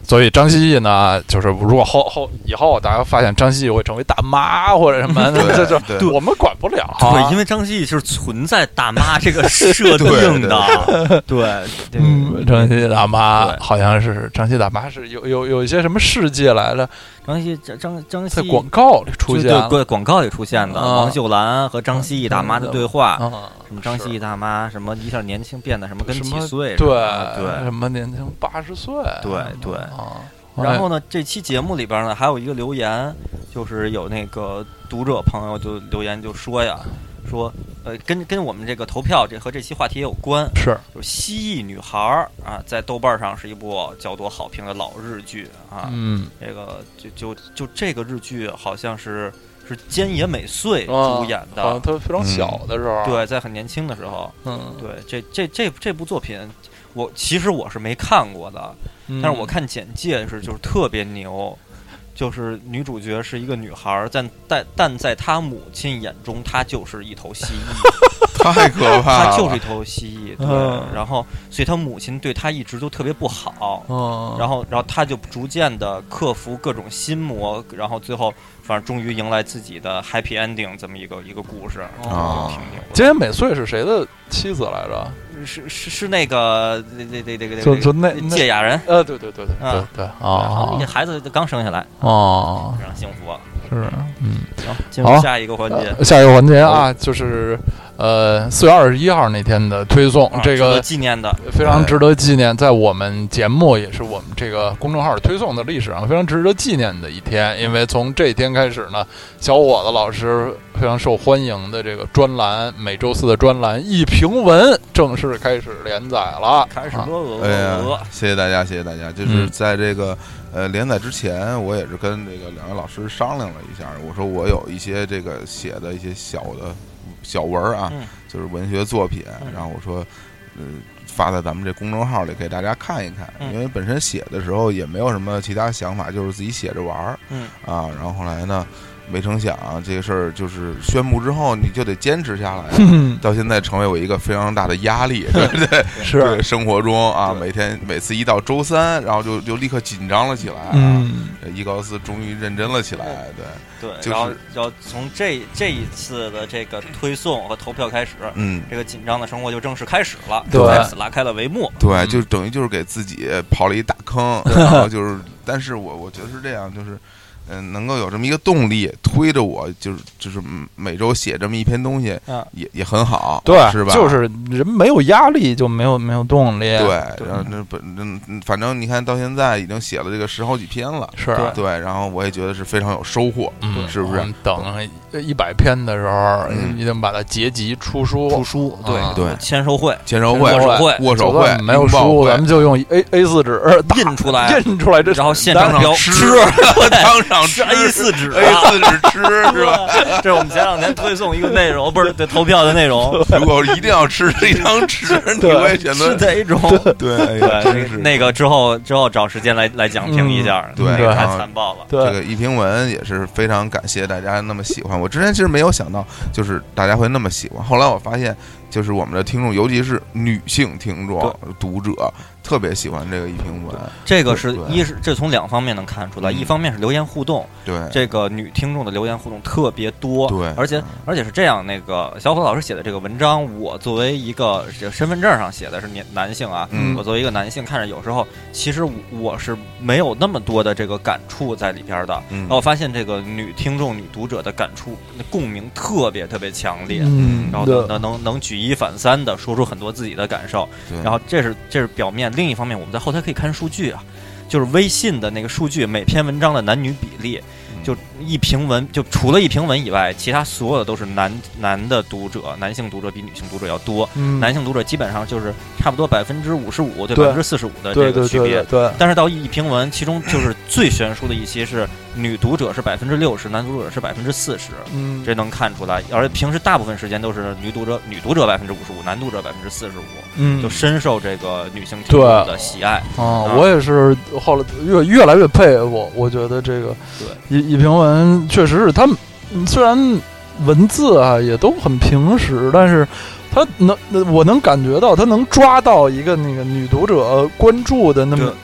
所以张希毅呢，就是如果后后以后大家发现张希毅会成为大妈或者什么，这就对我们管不了。 对，因为张希毅是存在大妈这个设定的。对， 嗯，张希大妈好像是张希大妈是有有有一些什么事迹来着？ 张希张张希在广告里出现， 对对，广告里出现的王秀兰和张希毅大妈的对话，什么张希毅大妈什么一下年轻变得什么跟几岁， 对对， 什么年轻八十岁， 对对。然后呢，这期节目里边呢还有一个留言，就是有那个读者朋友就留言就说呀，说呃跟跟我们这个投票这和这期话题也有关， 是就是蜥蜴女孩啊，在豆瓣上是一部较多好评的老日剧啊， 嗯， 这个就就就这个日剧好像是是菅野美穗主演的， 啊，她非常小的时候， 对，在很年轻的时候， 嗯， 对，这这这这部作品，我其实我是没看过的， 嗯、 但是我看简介是就是特别牛。就是女主角是一个女孩，但但但在她母亲眼中，她就是一头蜥蜴， 太可怕了。 她就是一头蜥蜴，对。嗯、然后，所以她母亲对她一直都特别不好。 嗯。 然后，然后她就逐渐的克服各种心魔，然后最后，反正终于迎来自己的 happy ending 这么一个一个故事。 啊，菅野美穗是谁的妻子来着？ 是是是那个那那那那个就就那芥雅人， 呃，对对对对对对啊，那孩子刚生下来哦， 非常幸福。 是，嗯， 行，进入下一个环节。 下一个环节啊，就是呃四月二十一号那天的推送，这个纪念的非常值得纪念，在我们节目也是我们这个公众号推送的历史上非常值得纪念的一天，因为从这一天开始呢，小伙子老师非常受欢迎的这个专栏，每周四的专栏一评文正式开始连载了， 开始了。 哎呀，谢谢大家，谢谢大家。就是在这个呃连载之前，我也是跟这个两位老师商量了一下，我说我有一些这个写的一些小的小文啊， 嗯、 就是文学作品， 嗯、 然后我说，嗯、呃，发在咱们这公众号里给大家看一看， 嗯、 因为本身写的时候也没有什么其他想法，就是自己写着玩儿， 嗯啊，然后后来呢。没成想、啊、这个事儿就是宣布之后，你就得坚持下来、啊，到现在成为我一个非常大的压力，对不对？ 是对生活中啊，每天每次一到周三，然后就就立刻紧张了起来、啊， 嗯， 一高四终于认真了起来， 对对， 然后然后从这这一次的这个推送和投票开始， 嗯， 这个紧张的生活就正式开始了， 对， 在此拉开了帷幕， 对，就等于就是给自己刨了一大坑，然后就是，但是我我觉得是这样，就是。嗯，能够有这么一个动力推着我，就是就是每周写这么一篇东西， 嗯、 也也很好， 对， 是吧？ 就是人没有压力就没有没有动力， 对。然后那本嗯，反正你看到现在已经写了这个十好几篇了， 是对。然后我也觉得是非常有收获， 嗯， 是不是？ 等一百篇的时候，嗯、一定把它结集出书， 出书，对、 嗯、 对。 签售会， 签售会， 握手会， 握手会， 没有书，咱们就用 A A 四纸印出来， 印出来这， 然后现场标吃，当场吃 A 四纸 ，A 四纸吃是吧？ 这是我们前两天推送一个内容，不是对投票的内容。 如果一定要吃这张纸，你会选择是哪种？ 对对，那个之后之后找时间来来讲评一下， 对， 太残暴了。 这个一评文也是非常感谢大家那么喜欢。我之前其实没有想到，就是大家会那么喜欢。后来我发现，就是我们的听众，尤其是女性听众、读者，特别喜欢这个一评文。 这个是一是这从两方面能看出来，一方面是留言互动， 对这个女听众的留言互动特别多， 对， 而且而且是这样，那个小伙老师写的这个文章，我作为一个身份证上写的是男男性啊， 嗯、 我作为一个男性看着有时候其实我是没有那么多的这个感触在里边的， 嗯、 然后我发现这个女听众、女读者的感触共鸣特别特别强烈， 嗯， 然后能能能能举一反三的说出很多自己的感受，然后这是这是表面，另一方面我们在后台可以看数据啊，就是微信的那个数据，每篇文章的男女比例。就一评文，就除了一评文以外，其他所有的都是男男的读者，男性读者比女性读者要多。 嗯、 男性读者基本上就是差不多百分之五十五对百分之四十五的这个区别。 对对对对对但是到一评文，其中就是最悬殊的一期是女读者是百分之六十，男读者是百分之四十。 嗯， 这能看出来。而平时大部分时间都是女读者女读者百分之五十五，男读者百分之四十五。 嗯， 就深受这个女性听众的喜爱。 啊，我也是后来越越来越佩服，我觉得这个对一一评文确实是他们虽然文字啊也都很平实，但是他能我能感觉到他能抓到一个那个女读者关注的那么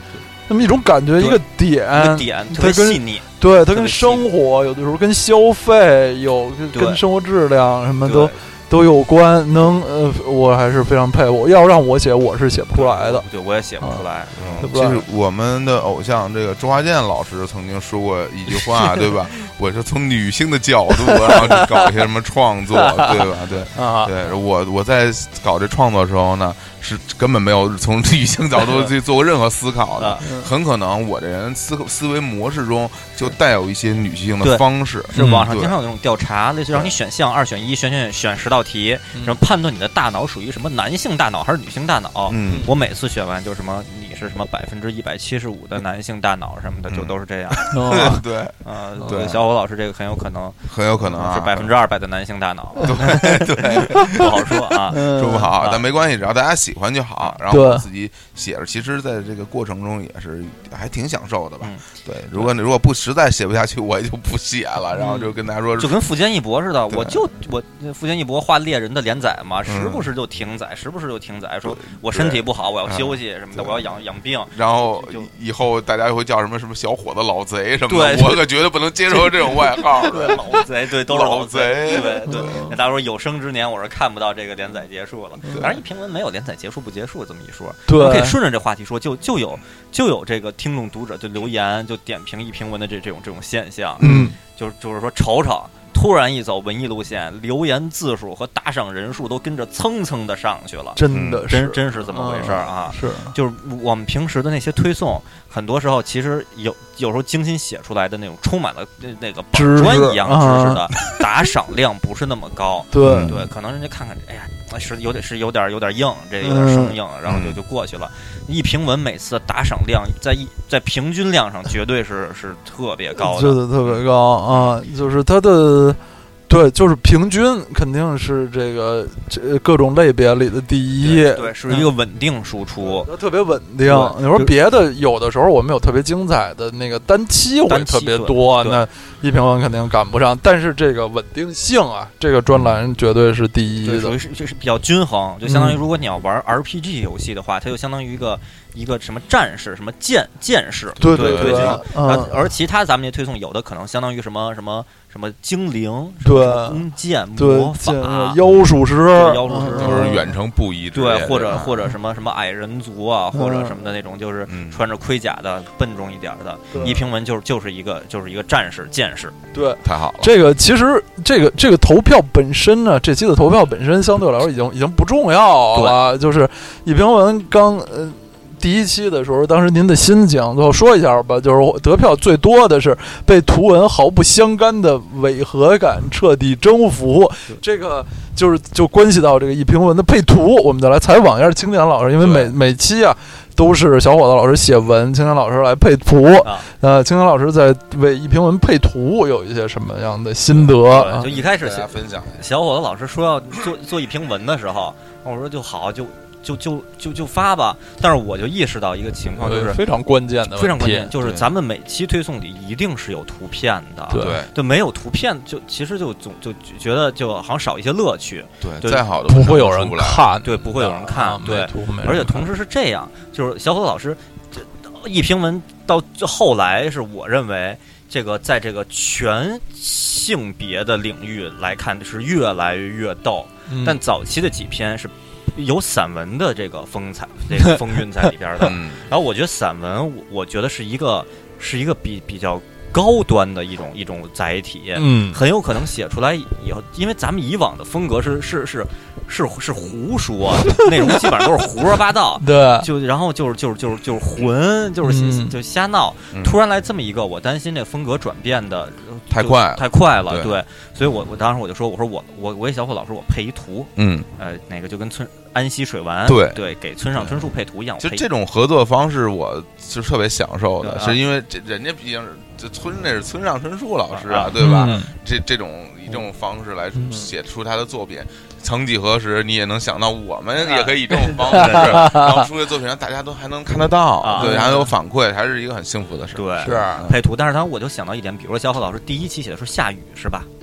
那么一种感觉，一个点， 一个点特别细腻。 对，它跟生活有的时候跟消费有跟生活质量什么都都有关。能呃，我还是非常佩服。要让我写，我是写不出来的。 对，我也写不出来。 嗯，其实我们的偶像这个周华健老师曾经说过一句话，对吧？我是从女性的角度，然后去搞一些什么创作，对吧？对啊，对我我在搞这创作的时候呢，是根本没有从女性角度去做过任何思考的。很可能我这人思思维模式中就带有一些女性的方式。 是网上经常有那种调查，类似让你选项二选一，选选选十道题，什么判断你的大脑属于什么男性大脑还是女性大脑。嗯，我每次选完就什么你是什么百分之一百七十五的男性大脑什么的，就都是这样。 对啊，对，小伙老师这个很有可能， 很有可能是百分之二百的男性大脑。 对对， 不好说啊， 说不好，但没关系，只要大家喜欢就好。然后我自己写着，其实在这个过程中也是还挺享受的吧。对，如果你如果不实在写不下去，我也就不写了，然后就跟大家说， 就跟富坚义博似的，我就我富坚义博画猎人的连载嘛，时不时就停载，时不时就停载，说我身体不好，我要休息什么的，我要养养病。 然后以后大家会叫什么什么小伙子老贼什么的，我可绝对不能接受这种外号。 对，老贼，对，都是老贼。 对对，那大家说有生之年我是看不到这个连载结束了。当然，一评文没有连载结束不结束这么一说， 对， 可以顺着这话题说，就就有就有这个听众读者就留言就点评一评文的这这种这种现象。 嗯， 就就是说瞅瞅。突然一走文艺路线，留言字数和打赏人数都跟着蹭蹭的上去了， 真的真真是这么回事儿啊！ 是， 就是我们平时的那些推送，很多时候其实有有时候精心写出来的那种充满了那个板砖一样知识的打赏量不是那么高， 对对，可能人家看看，哎呀，是有点是有点有点硬，这有点生硬，然后就就过去了。一评文每次打赏量在一在平均量上绝对是是特别高的， 是的，特别高啊！就是它的。对，就是平均肯定是这个这各种类别里的第一， 对，对是一个稳定输出， 它特别稳定。你说别的有的时候我们有特别精彩的那个单期会特别多，那一评文肯定赶不上。但是这个稳定性啊，这个专栏绝对是第一的， 属于是就是比较均衡。就相当于如果你要玩 R P G 游戏的话，它就相当于一个。一个什么战士，什么剑剑士， 对对对对， 嗯、而其他咱们这推送有的可能相当于什么什么什么精灵， 对， 弓箭魔法， 妖术师， 妖术师就是远程不一致， 对，或者或者什么什么矮人族啊，或者什么的那种，就是穿着盔甲的笨重一点的，一评文就是就是一个就是一个战士剑士， 对， 太好了。 这个其实这个这个投票本身呢，这期的投票本身相对来说已经已经不重要了，就是一评文刚呃。第一期的时候，当时您的心情最后说一下吧，就是得票最多的是被图文毫不相干的违和感彻底征服，这个就是就关系到这个一评文的配图，我们就来采访一下青年老师，因为每每期啊都是小伙子老师写文，青年老师来配图，啊、呃，青年老师在为一评文配图有一些什么样的心得？啊、 就一开始大家分享， 小伙子老师说要做做一评文的时候，我说就好就。就就就就发吧，但是我就意识到一个情况，就是非常关键的， 非常关键，就是咱们每期推送里一定是有图片的， 对， 就没有图片，就其实就总就觉得就好像少一些乐趣， 对，再好的不会有人看， 对，不会有人看， 啊、 对， 而且同时是这样，就是小伙老师一评文到后来是我认为这个在这个全性别的领域来看是越来越逗， 嗯、 但早期的几篇是。有散文的这个风采，这个风韵在里边的。 嗯、 然后我觉得散文，我觉得是一个是一个比比较高端的一种一种载体， 嗯， 很有可能写出来以后，因为咱们以往的风格是是是是是胡说，内容基本上都是胡说八道， 对， 就然后就是就是就是就是混，就是、嗯、就瞎闹。 嗯、 突然来这么一个，我担心这风格转变的太快太快了， 对， 对所以我我当时我就说，我说我我我给小伙老师我配一图， 嗯， 呃，哪个就跟村。安溪水丸对对，给村上春树配图一样。 就这种合作方式，我是特别享受的，是因为这人家毕竟是这村那是村上春树老师啊，对吧？ 嗯、 这这种以这种方式来写出他的作品，曾几何时，你也能想到，我们也可以以这种方式，然后出的作品让大家都还能看得到，对，还有反馈，还是一个很幸福的事。 对， 是配图。但是当时我就想到一点，比如说小伙老师第一期写的是下雨，是吧？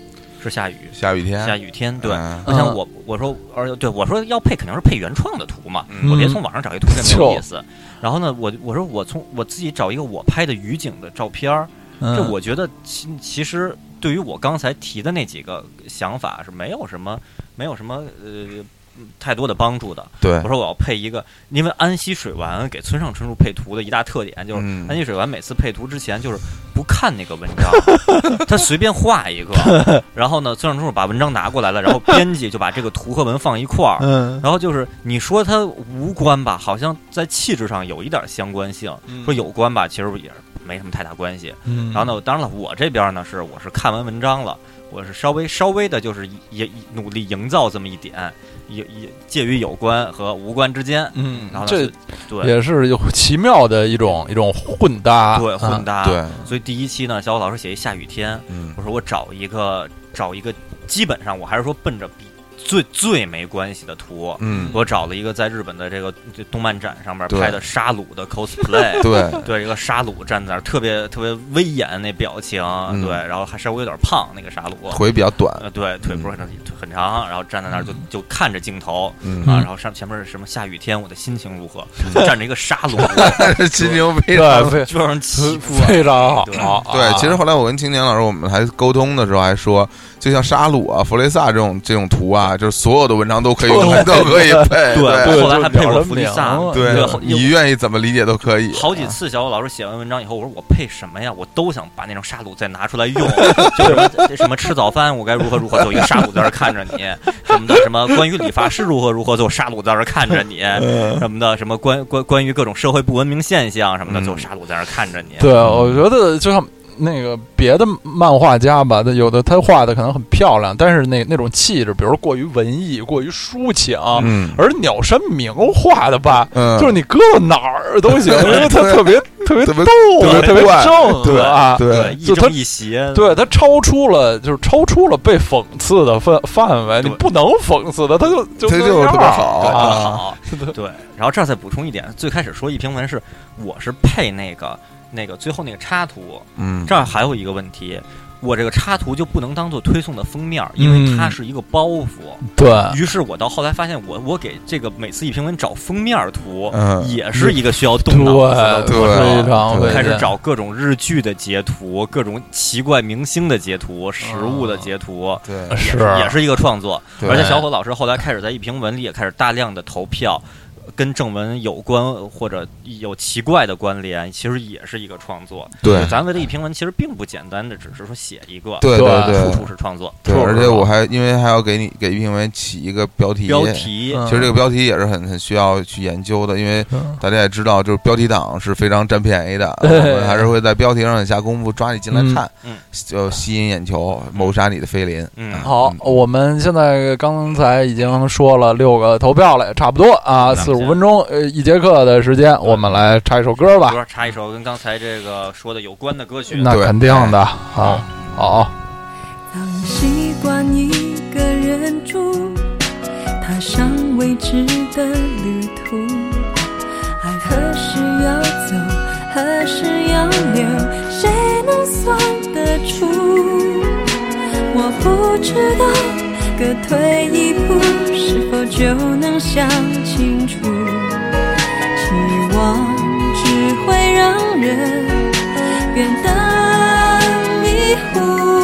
是下雨， 下雨天， 下雨天。对， 嗯、 我想我我说，而对我说要配肯定是配原创的图嘛， 嗯、 我别从网上找一图片没有意思。然后呢，我我说我从我自己找一个我拍的雨景的照片儿， 嗯、 这我觉得其其实对于我刚才提的那几个想法是没有什么没有什么呃。太多的帮助的。 对， 我说我要配一个，因为安溪水丸给村上春树配图的一大特点就是， 嗯、 安溪水丸每次配图之前就是不看那个文章，他随便画一个，然后呢，村上春树把文章拿过来了，然后编辑就把这个图和文放一块儿， 嗯， 然后就是你说它无关吧，好像在气质上有一点相关性； 嗯、 说有关吧，其实也没什么太大关系。 嗯， 然后呢，当然了，我这边呢是我是看完文章了。我是稍微稍微的，就是也努力营造这么一点，也也介于有关和无关之间。 嗯， 然后这对也是有奇妙的一种一种混搭， 对混搭。 啊、对， 所以第一期呢，小虎老师写一下雨天， 嗯， 我说我找一个找一个，基本上我还是说奔着比最最没关系的图， 嗯， 我找了一个在日本的这个这动漫展上面拍的沙鲁的 cosplay， 对对，一个沙鲁站在那儿，特别特别威严那表情， 嗯、 对，然后还稍微有点胖，那个沙鲁腿比较短， 呃，对，腿不是很、嗯、很长，然后站在那儿就就看着镜头， 嗯啊，然后上前面是什么下雨天，我的心情如何？就站着一个沙鲁， 心情非常对， 非常奇怪， 非常好。 对， 对，其实后来我跟青年老师我们还沟通的时候还说，就像沙鲁啊、弗雷萨这种这种图啊，就是所有的文章都可以都可以配， 对，后来还配过弗雷萨， 对，你愿意怎么理解都可以。 好几次小虎老师写完文章以后，我说我配什么呀？我都想把那种沙鲁再拿出来用，就什么什么吃早饭我该如何如何，就一个沙鲁在那看着你，什么的，什么关于理发师如何如何，就沙鲁在那看着你，什么的，什么关关关于各种社会不文明现象什么的，就沙鲁在那看着你。 对，我觉得就像。那个别的漫画家吧，有的他画的可能很漂亮，但是那那种气质，比如说过于文艺、过于抒情， 嗯， 而鸟山明画的吧， 嗯， 就是你搁到哪儿都行，因为他特别特别逗，特别正， 对啊， 对， 一正一邪， 对他超出了就是超出了被讽刺的范范围，你不能讽刺他，他就就他就特别好啊，对。然后这儿再补充一点，最开始说一评文是我是配那个。那个最后那个插图， 嗯， 这儿还有一个问题，我这个插图就不能当做推送的封面，因为它是一个包袱。 嗯、对于是，我到后来发现我，我我给这个每次一评文找封面图， 嗯， 也是一个需要动脑子的过程。 非常开始找各种日剧的截图，各种奇怪明星的截图，实物的截图， 对， 也是也是一个创作。 而且小伙老师后来开始在一评文里也开始大量的投票。跟正文有关或者有奇怪的关联，其实也是一个创作。 对， 咱为了一评文其实并不简单的，只是说写一个。 对对对， 处处是创作。 对，而且我还因为还要给你给一评文起一个标题。 标题， 其实这个标题也是很很需要去研究的，因为大家也知道，就是标题党是非常占便宜的，我们还是会在标题上下功夫，抓你进来看， 嗯， 就吸引眼球，谋杀你的菲林。 嗯， 好，我们现在刚才已经说了六个投票了，差不多啊，四十五分钟，呃，一节课的时间，我们来插一首歌吧。 歌插一首跟刚才这个说的有关的歌曲。 那肯定的，好，好。 早已习惯一个人住，踏上未知的旅途，爱何时要走，何时要留，谁能算得出？我不知道，各退一步，是否就能想清楚？期望只会让人变得迷糊。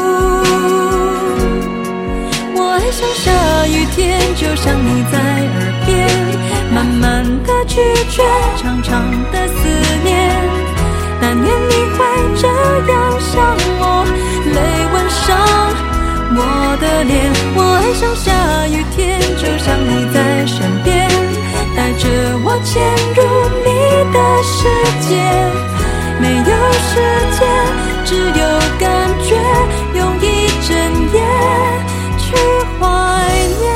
我爱上下雨天，就像你在耳边，慢慢的拒绝，长长的思念。但愿你会这样想我，泪吻上我的脸。我爱上下雨天，就像你在身边，带着我潜入你的世界。没有时间，只有感觉，用一整夜去怀念。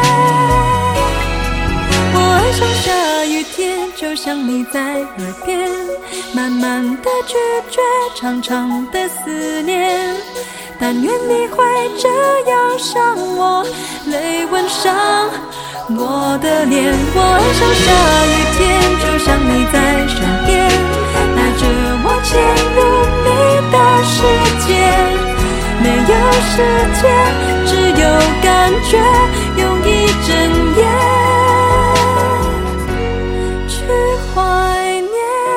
我爱上下雨天，就像你在耳边，慢慢的拒绝，长长的思念。但愿你会这样想我，泪吻上我的脸。我爱上下雨天，就像你在身边，带着我潜入你的世界。没有世界，只有感觉，用一整夜去怀念。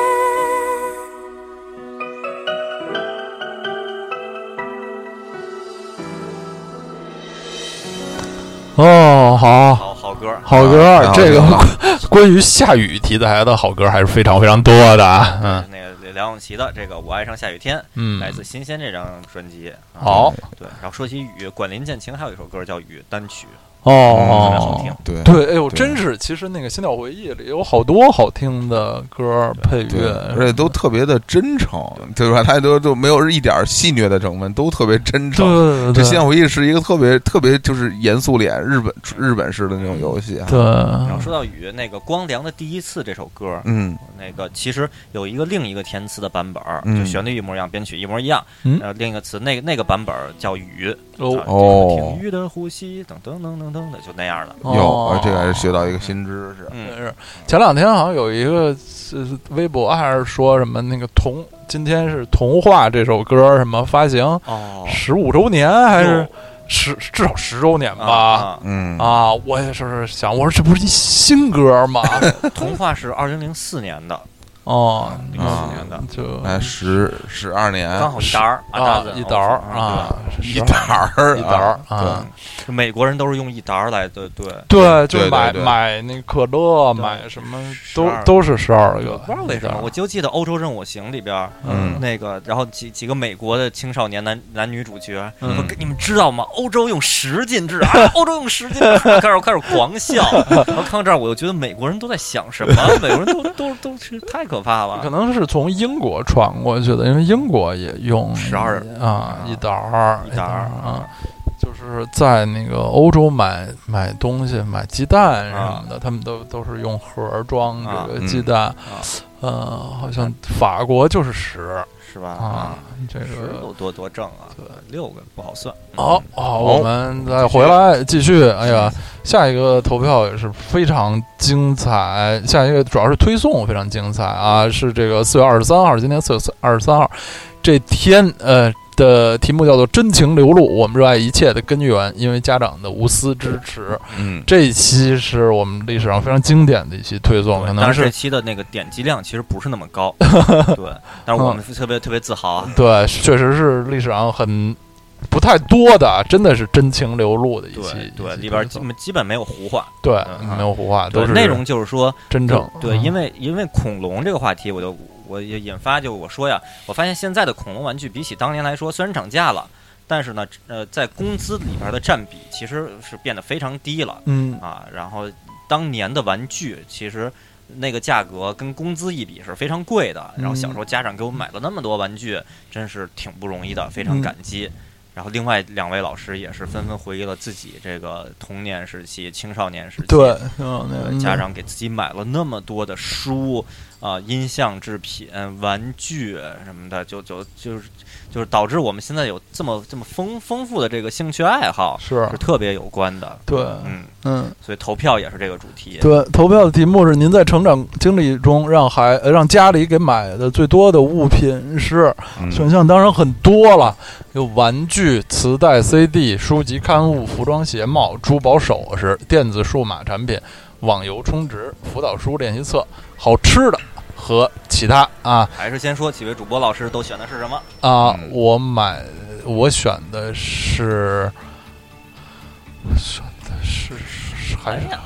哦，好。 好好歌， 好歌， 啊这个好关于下雨题材的好歌还是非常非常多的啊。嗯那个梁咏琪的这个《我爱上下雨天》， 嗯， 来自《新鲜》这张专辑。啊好对，然后说起雨，管林建晴还有一首歌叫《雨》单曲， 哦特别好听。 对对，哎呦， 对真是，其实那个《心跳回忆》里有好多好听的歌配对， 乐， 而且都特别的真诚，对吧？它都都没有一点戏谑的成分，都特别真诚。 对对这《心跳回忆》是一个特别特别就是严肃脸日本日本式的那种游戏啊。 对， 然后说到雨，那个光良的《第一次》这首歌， 嗯那个其实有一个另一个填词的版本， 嗯就旋律一模一样，编曲一模一样。 嗯呃，另一个词，那个那个版本叫雨。 哦啊哦这个听雨的呼吸，噔噔噔噔噔的，就那样的。 哦有，这个还是学到一个新知识。 嗯， 是前两天好像有一个是微博还是说什么那个童今天是童话这首歌什么发行哦， 十五周年还是哟十至少十周年吧？ 啊， 嗯啊，我也是想，我说这不是一新歌吗？ 童话是二零零四年的， 哦， 零四年的， 就那十十二年， 刚好一沓儿啊子一沓儿啊， 一沓儿一沓儿啊啊， 对，美国人都是用一沓儿来的，对。 对，就对对买对买那可乐， 对买什么都十二都是十二个， 不知道为什么，我就记得《欧洲任我行》里边儿， 嗯那个，然后几几个美国的青少年男男女主角， 嗯说你们知道吗？欧洲用十进制啊，欧洲用十进制，开始开始狂笑。然后看到这儿，我就觉得美国人都在想什么？美国人都都都是太可怕了。 可能是从英国传过去的，因为英国也用十二啊一沓儿一沓儿啊。就是在那个欧洲买买东西，买鸡蛋什么的，他们都都是用盒装这个鸡蛋。 啊呃，好像法国就是十是吧？ 啊，这十个多多多正啊，六个不好算。 好好，我们再回来继续。哎呀，下一个投票也是非常精彩，下一个主要是推送非常精彩啊，是这个四月二十三号，今天四月二十三号这天，呃。的题目叫做真情流露，我们热爱一切的根源，因为家长的无私支持。 嗯， 这一期是我们历史上非常经典的一期推送，可能是这期的那个点击量其实不是那么高，对，但是我们特别特别自豪啊。 对，确实是历史上很不太多的，真的是真情流露的一期， 对对，里边基本基本没有胡话， 对， 嗯没有胡话，都是内容就是说真正对， 嗯因为因为恐龙这个话题，我就我也引发就我说呀，我发现现在的恐龙玩具比起当年来说，虽然涨价了，但是呢，呃，在工资里边的占比其实是变得非常低了， 嗯啊，然后当年的玩具其实那个价格跟工资一比是非常贵的，然后小时候家长给我买了那么多玩具，真是挺不容易的，非常感激。嗯然后另外两位老师也是纷纷回忆了自己这个童年时期、青少年时期， 对，嗯，那个家长给自己买了那么多的书啊、呃、音像制品、玩具什么的，就就就是就是导致我们现在有这么这么丰丰富的这个兴趣爱好， 是是特别有关的。 对， 嗯嗯， 所以投票也是这个主题。 对，投票的题目是：您在成长经历中让孩呃让家里给买的最多的物品是？ 嗯选项当然很多了，有玩具、磁带、C D、书籍、刊物、服装、鞋帽、珠宝首饰、电子数码产品、网游充值、辅导书、练习册、好吃的和其他啊还是先说几位主播老师都选的是什么？ 啊！ 嗯我买我选的是选的是是还是。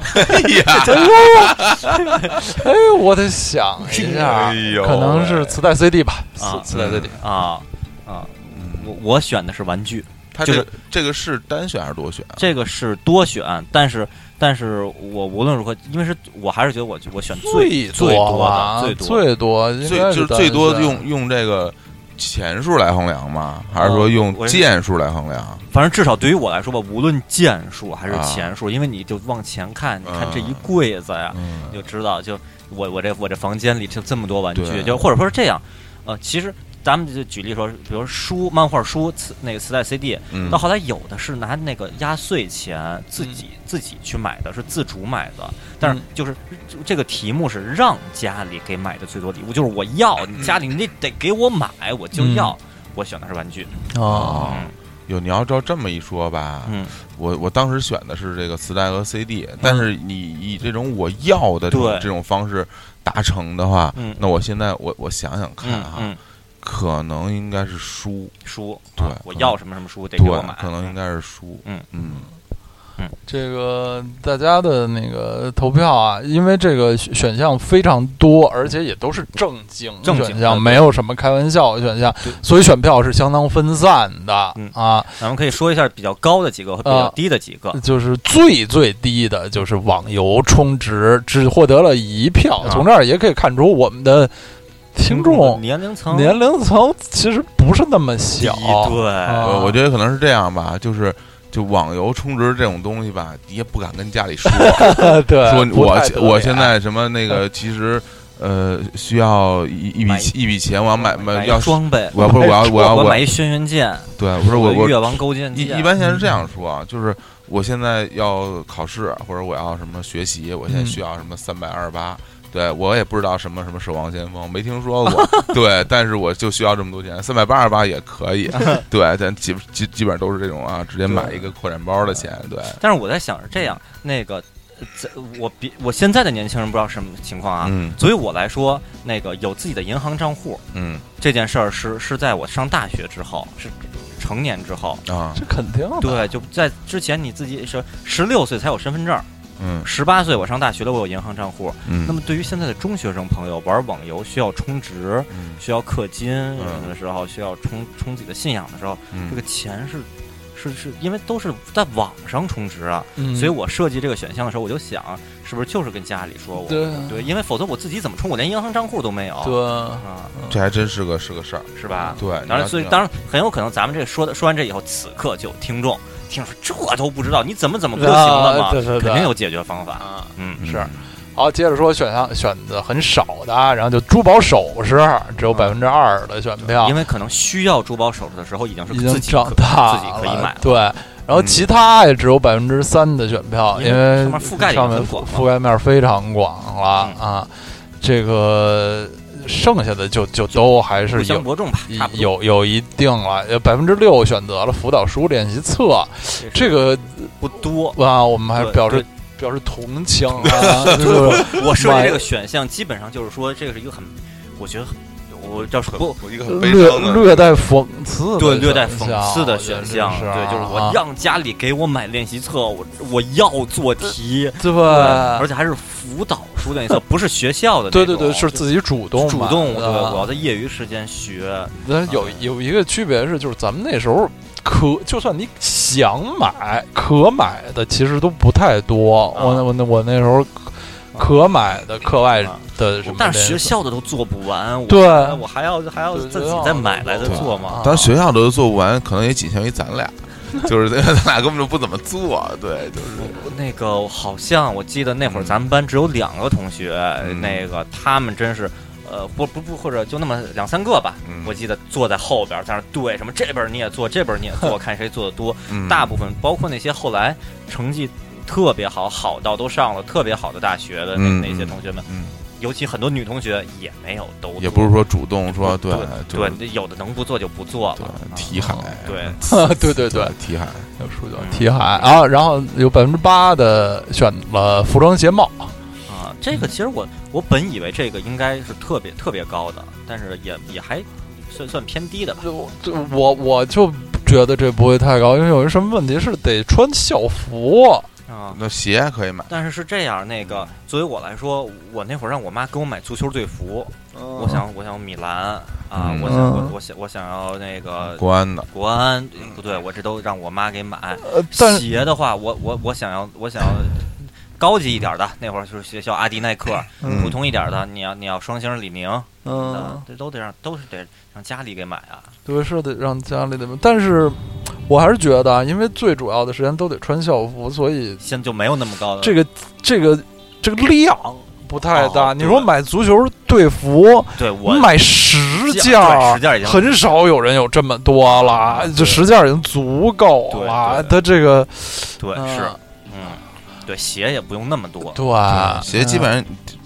哎呀， 哎，我得想一下， 哎呦可能是磁带 C D 吧， 啊磁带 C D 啊啊，我我选的是玩具， 他这个这个是单选还是多选啊？ 这个是多选，但是但是我无论如何，因为是我还是觉得我我选最最多的最多最多最就是最多用用这个钱数来衡量吗？还是说用件数来衡量？ 反正至少对于我来说吧，无论件数还是钱数，因为你就往前看，你看这一柜子呀，你就知道，就我我这我这房间里就这么多玩具，就或者说是这样，呃，其实。咱们就举例说，比如书、漫画书、磁那个磁带 C D，、嗯、到后来有的是拿那个压岁钱自己、嗯、自己去买的，是自主买的。但是就是、嗯、这个题目是让家里给买的最多礼物，就是我要你家里你得给我买，我就要。嗯、我选的是玩具哦。 嗯有，你要照这么一说吧， 嗯， 我我当时选的是这个磁带和 C D，、嗯、但是你以这种我要的这种这种方式达成的话， 嗯， 那我现在我我想想看哈。 嗯嗯可能应该是书， 书对、 啊，我要什么什么书得给我买， 可能应该是书， 嗯嗯嗯，这个大家的那个投票啊，因为这个选项非常多，而且也都是正经选项，没有什么开玩笑的选项，所以选票是相当分散的、 嗯、 啊。 咱们可以说一下比较高的几个和比较低的几个， 呃、就是最最低的就是网游充值，只获得了一票， 啊、 从这儿也可以看出我们的。听众年龄层年龄层其实不是那么小， 对、 啊， 我觉得可能是这样吧，就是就网游充值这种东西吧，你也不敢跟家里说， 对， 说我我现在什么那个其实呃需要一一笔一笔钱，我要买买要装备， 我要不是我要我要我买一轩辕剑， 对，不是我我越王勾践一一般现在是这样说啊，就是我现在要考试或者我要什么学习，我现在需要什么三百二十八。对，我也不知道什么什么守望先锋，没听说过。对，但是我就需要这么多钱，三百八十八也可以。对，但基基基本上都是这种啊，直接买一个扩展包的钱。对。 但是我在想是这样，那个，我比我现在的年轻人不知道什么情况啊。 嗯。 所以我来说，那个有自己的银行账户， 嗯， 这件事儿是是在我上大学之后，是成年之后啊， 这肯定的。 对，就在之前你自己是十六岁才有身份证。 嗯， 十八岁我上大学了，我有银行账户。 嗯， 那么对于现在的中学生朋友，玩网游需要充值， 嗯、 需要氪金嗯、 的时候，需要充充自己的信仰的时候， 嗯、 这个钱是是是因为都是在网上充值啊， 嗯、 所以我设计这个选项的时候，我就想，是不是就是跟家里说我对对，因为否则我自己怎么充？我连银行账户都没有。 对啊， 这还真是个是个事儿， 是吧？ 对， 当然，所以当然很有可能咱们这说的说完这以后，此刻就有听众。听说这都不知道，你怎么怎么不行了嘛？ 啊、对对对肯定有解决方法。 啊、 嗯， 是。好，接着说选项选的很少的，然后就珠宝首饰只有百分之二的选票、 嗯，因为可能需要珠宝首饰的时候已经是自己长大自己可以买了。 对，然后其他也只有百分之三的选票， 因为上面覆盖上面覆盖面非常广了、嗯、啊，这个。剩下的就就都还是有伯仲吧， 有有一定了，有百分之六选择了辅导书练习册，这个不多啊，我们还表示表示同情啊。就是我设计这个选项，基本上就是说，这个是一个很，我觉得我叫什么？ 一个很悲略伤的略带讽刺的， 对，略带讽刺的选项， 是啊、 对，就是我让家里给我买练习册，我我要做题， 对， 而且还是辅导书练习册，不是学校的那种， 对对对，是自己主动主动， 对， 我要在业余时间学。 但是有有一个区别是，就是咱们那时候可就算你想买，可买的其实都不太多。 啊、 我我那我那时候。可买的课外的什么， 但是学校的都做不完， 对， 我还要还要自己再买来再做嘛。 当然学校的都做不完，可能也仅限于咱俩，就是咱俩根本就不怎么做。对，就是那个好像我记得那会儿咱们班只有两个同学， 嗯、 那个他们真是。呃，不不不，或者就那么两三个吧。 嗯、 我记得坐在后边，在那对什么这边你也做，这边你也做，看谁做的多。 嗯、 大部分包括那些后来成绩特别好，好到都上了特别好的大学的那、 嗯、 那些同学们， 嗯、 尤其很多女同学也没有都做， 也不是说主动说对对，对有的能不做就不做了。 题海， 对对对对， 题海有数叫题海啊，然后有百分之八的选了服装鞋帽。 啊，这个其实我我本以为这个应该是特别特别高的，但是也也还算算偏低的吧。 就我我就觉得这不会太高，因为有一什么问题是得穿校服啊。 那鞋可以买， 但是是这样，那个作为我来说，我那会儿让我妈给我买足球队服， 嗯、 我想我想米兰啊， 嗯、 我想我我想我想要那个国安的国安，不对，我这都让我妈给买。 呃、但鞋的话，我我我想要我想要。高级一点的那会儿就是学校阿迪耐克， 嗯、 普通一点的你要你要双星李宁， 嗯， 这都得让都是得让家里给买啊。 对，是得让家里的买，但是我还是觉得，因为最主要的时间都得穿校服，所以现在就没有那么高的这个这个这个量不太大。 哦、 你说买足球队服， 对我买十件， 十件已经很少有人有这么多了，就十件已经足够了。它这个对、嗯、是嗯。对鞋也不用那么多， 对， 鞋基本上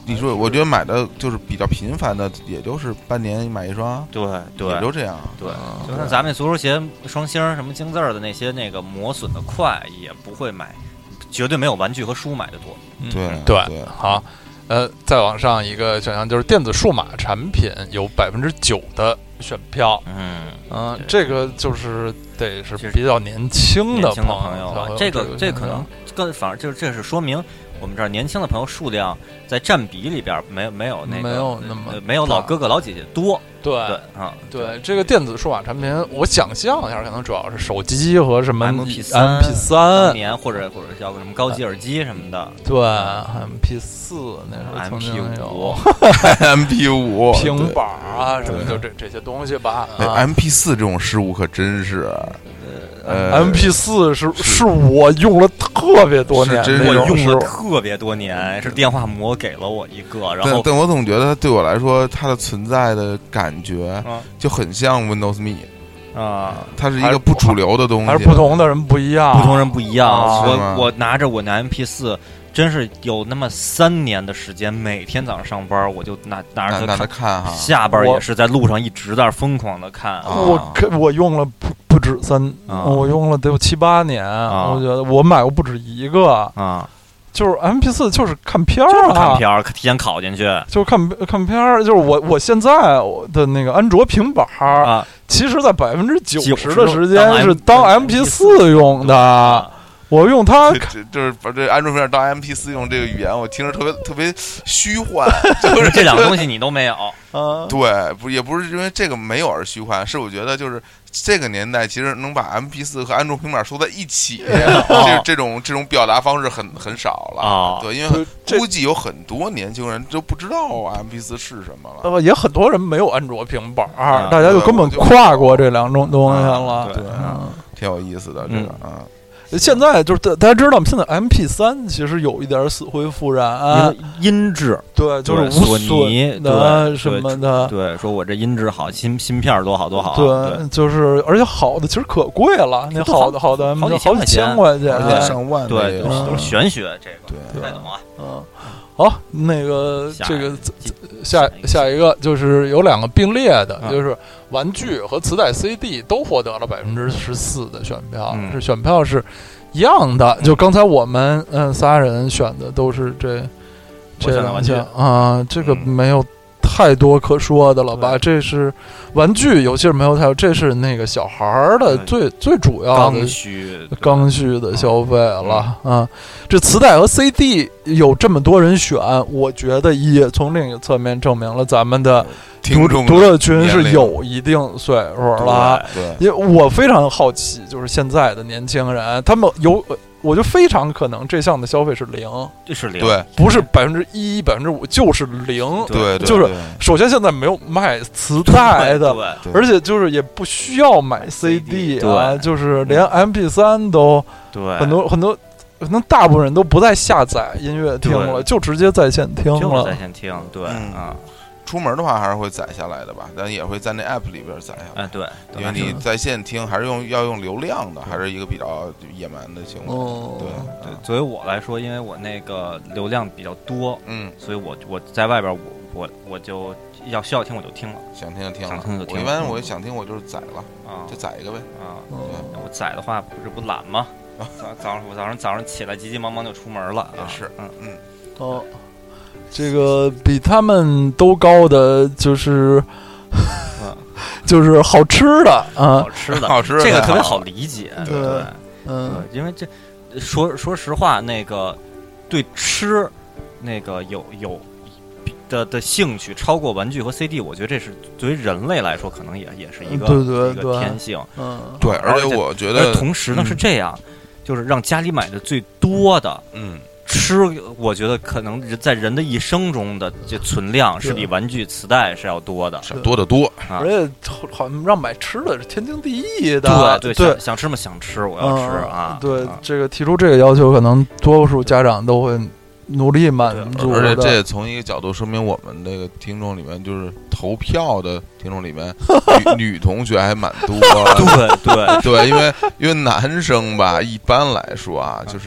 你说，我觉得买的就是比较频繁的，也就是半年买一双， 对对， 也就这样。 对，就像咱们足球鞋双星什么京字儿的那些那个磨损的快，也不会买，绝对没有玩具和书买的多。 对对对， 好。呃，再往上一个选项就是电子数码产品有百分之九的选票， 嗯嗯、呃，这个就是得是比较年轻的朋友啊，这个这可能更反而就是这是说明我们这儿年轻的朋友数量在占比里边没有没有那个没有那么、 呃、没有老哥哥老姐姐多。 对对啊， 对这个电子数码产品，我想象一下，可能主要是手机和什么 M P 三、M P 三， 当年或者或者叫个什么高级耳机什么的。 对 ，M P 四那时候 ，M P 五 ，M P 五， 平板啊什么就这这些东西吧。 啊、M P 四这种事物可真是。呃 ，M P 四 是是我用了特别多年， 我用了特别多年，是电话膜给了我一个，然后但但我总觉得它对我来说，它的存在的感觉就很像 Windows Me 啊， 它是一个不主流的东西， 还是不同的人不一样， 不同人不一样。 啊、 我我拿着我拿 M P 四。真是有那么三年的时间，每天早上上班我就拿拿着它看， 看哈，下班也是在路上一直在疯狂的看。啊、 我我用了不不止三， 啊、 我用了得有七八年。 啊、 我觉得我买过不止一个啊， 就是 M P 四 就是看片儿、啊， 就是看片儿，提前拷进去， 就是看看片儿。就是我我现在我的那个安卓平板儿啊， 其实在百分之九十的时间是当 M P 四 用的。啊我用它， 就是把这安卓平板当 M P 四 用这个语言，我听着特别特别虚幻。 就是这两个东西你都没有啊？ 对，不也不是因为这个没有而虚幻，是我觉得就是这个年代其实能把 M P 四 和安卓平板说在一起，这这种这种表达方式很很少了啊。 对，因为估计有很多年轻人都不知道 M P 四 是什么了。 呃，也很多人没有安卓平板，啊、大家就根本跨过这两种东西了。 啊、对，嗯、挺有意思的这个啊。 嗯现在就是大家知道，现在 M P 三 其实有一点死灰复燃， 音质对，就是无损的什么的。 对，说我这音质好，芯芯片多好多好。 对，就是而且好的其实可贵了，那好的好的好几好几千块钱， 而且上万。 对，都是玄学，这个对， 太懂啊。 嗯，好，那个这个下下一个就是有两个并列的，就是玩具和磁带 C D 都获得了百分之十四的选票， 嗯、 是选票是一样的。就刚才我们嗯仨人选的都是这这两项啊，这个没有太多可说的了吧？这是玩具，尤其是没有太多，这是那个小孩儿的最最主要的刚需刚需的消费了啊。这磁带和 C D 有这么多人选，我觉得也从另一个侧面证明了咱们的读读者群是有一定岁数了。 对， 因为我非常好奇，就是现在的年轻人，他们有。我就非常可能这项的消费是零， 这是零， 对， 不是百分之一、百分之五，就是零， 对， 就是首先现在没有卖磁带的，而且就是也不需要买 C D 啊，就是连 M P 三 都， 对， 很多很多，可能大部分人都不再下载音乐听了，就直接在线听了， 就是在线听，对啊。 出门的话还是会载下来的吧，但也会在那 app 里边载下来。 哎，对， 因为你在线听还是用要用流量的，还是一个比较野蛮的行为。 哦、 对对，作为我来说，因为我那个流量比较多， 嗯， 所以我我在外边我我我就要需要听我就听了， 想听就听了， 想听就听。 我一般我想听我就是载了啊， 就载一个呗啊。对，我载的话不是不懒吗？早早上我早上早上起来急急忙忙就出门了， 也是，嗯嗯哦。这个比他们都高的就是，就是好吃的啊， 好吃的， 好吃的， 这个特别好理解， 对， 嗯，因为这说说实话，那个对吃那个有有的的兴趣超过玩具和 C D， 我觉得这是作为人类来说，可能也也是一个对对一个天性， 嗯， 对，而且我觉得， 同时呢是这样，就是让家里买的最多的， 嗯。 吃，我觉得可能在人的一生中的这存量是比玩具、磁带是要多的， 是多得多。 而且好像让买吃的是天经地义的， 对对， 想想吃吗？想吃，我要吃啊！ 对，这个提出这个要求，可能多数家长都会努力满足。 而且这也从一个角度说明，我们这个听众里面，就是投票的听众里面，女女同学还蛮多。 对对对，因为因为男生吧，一般来说啊，就是。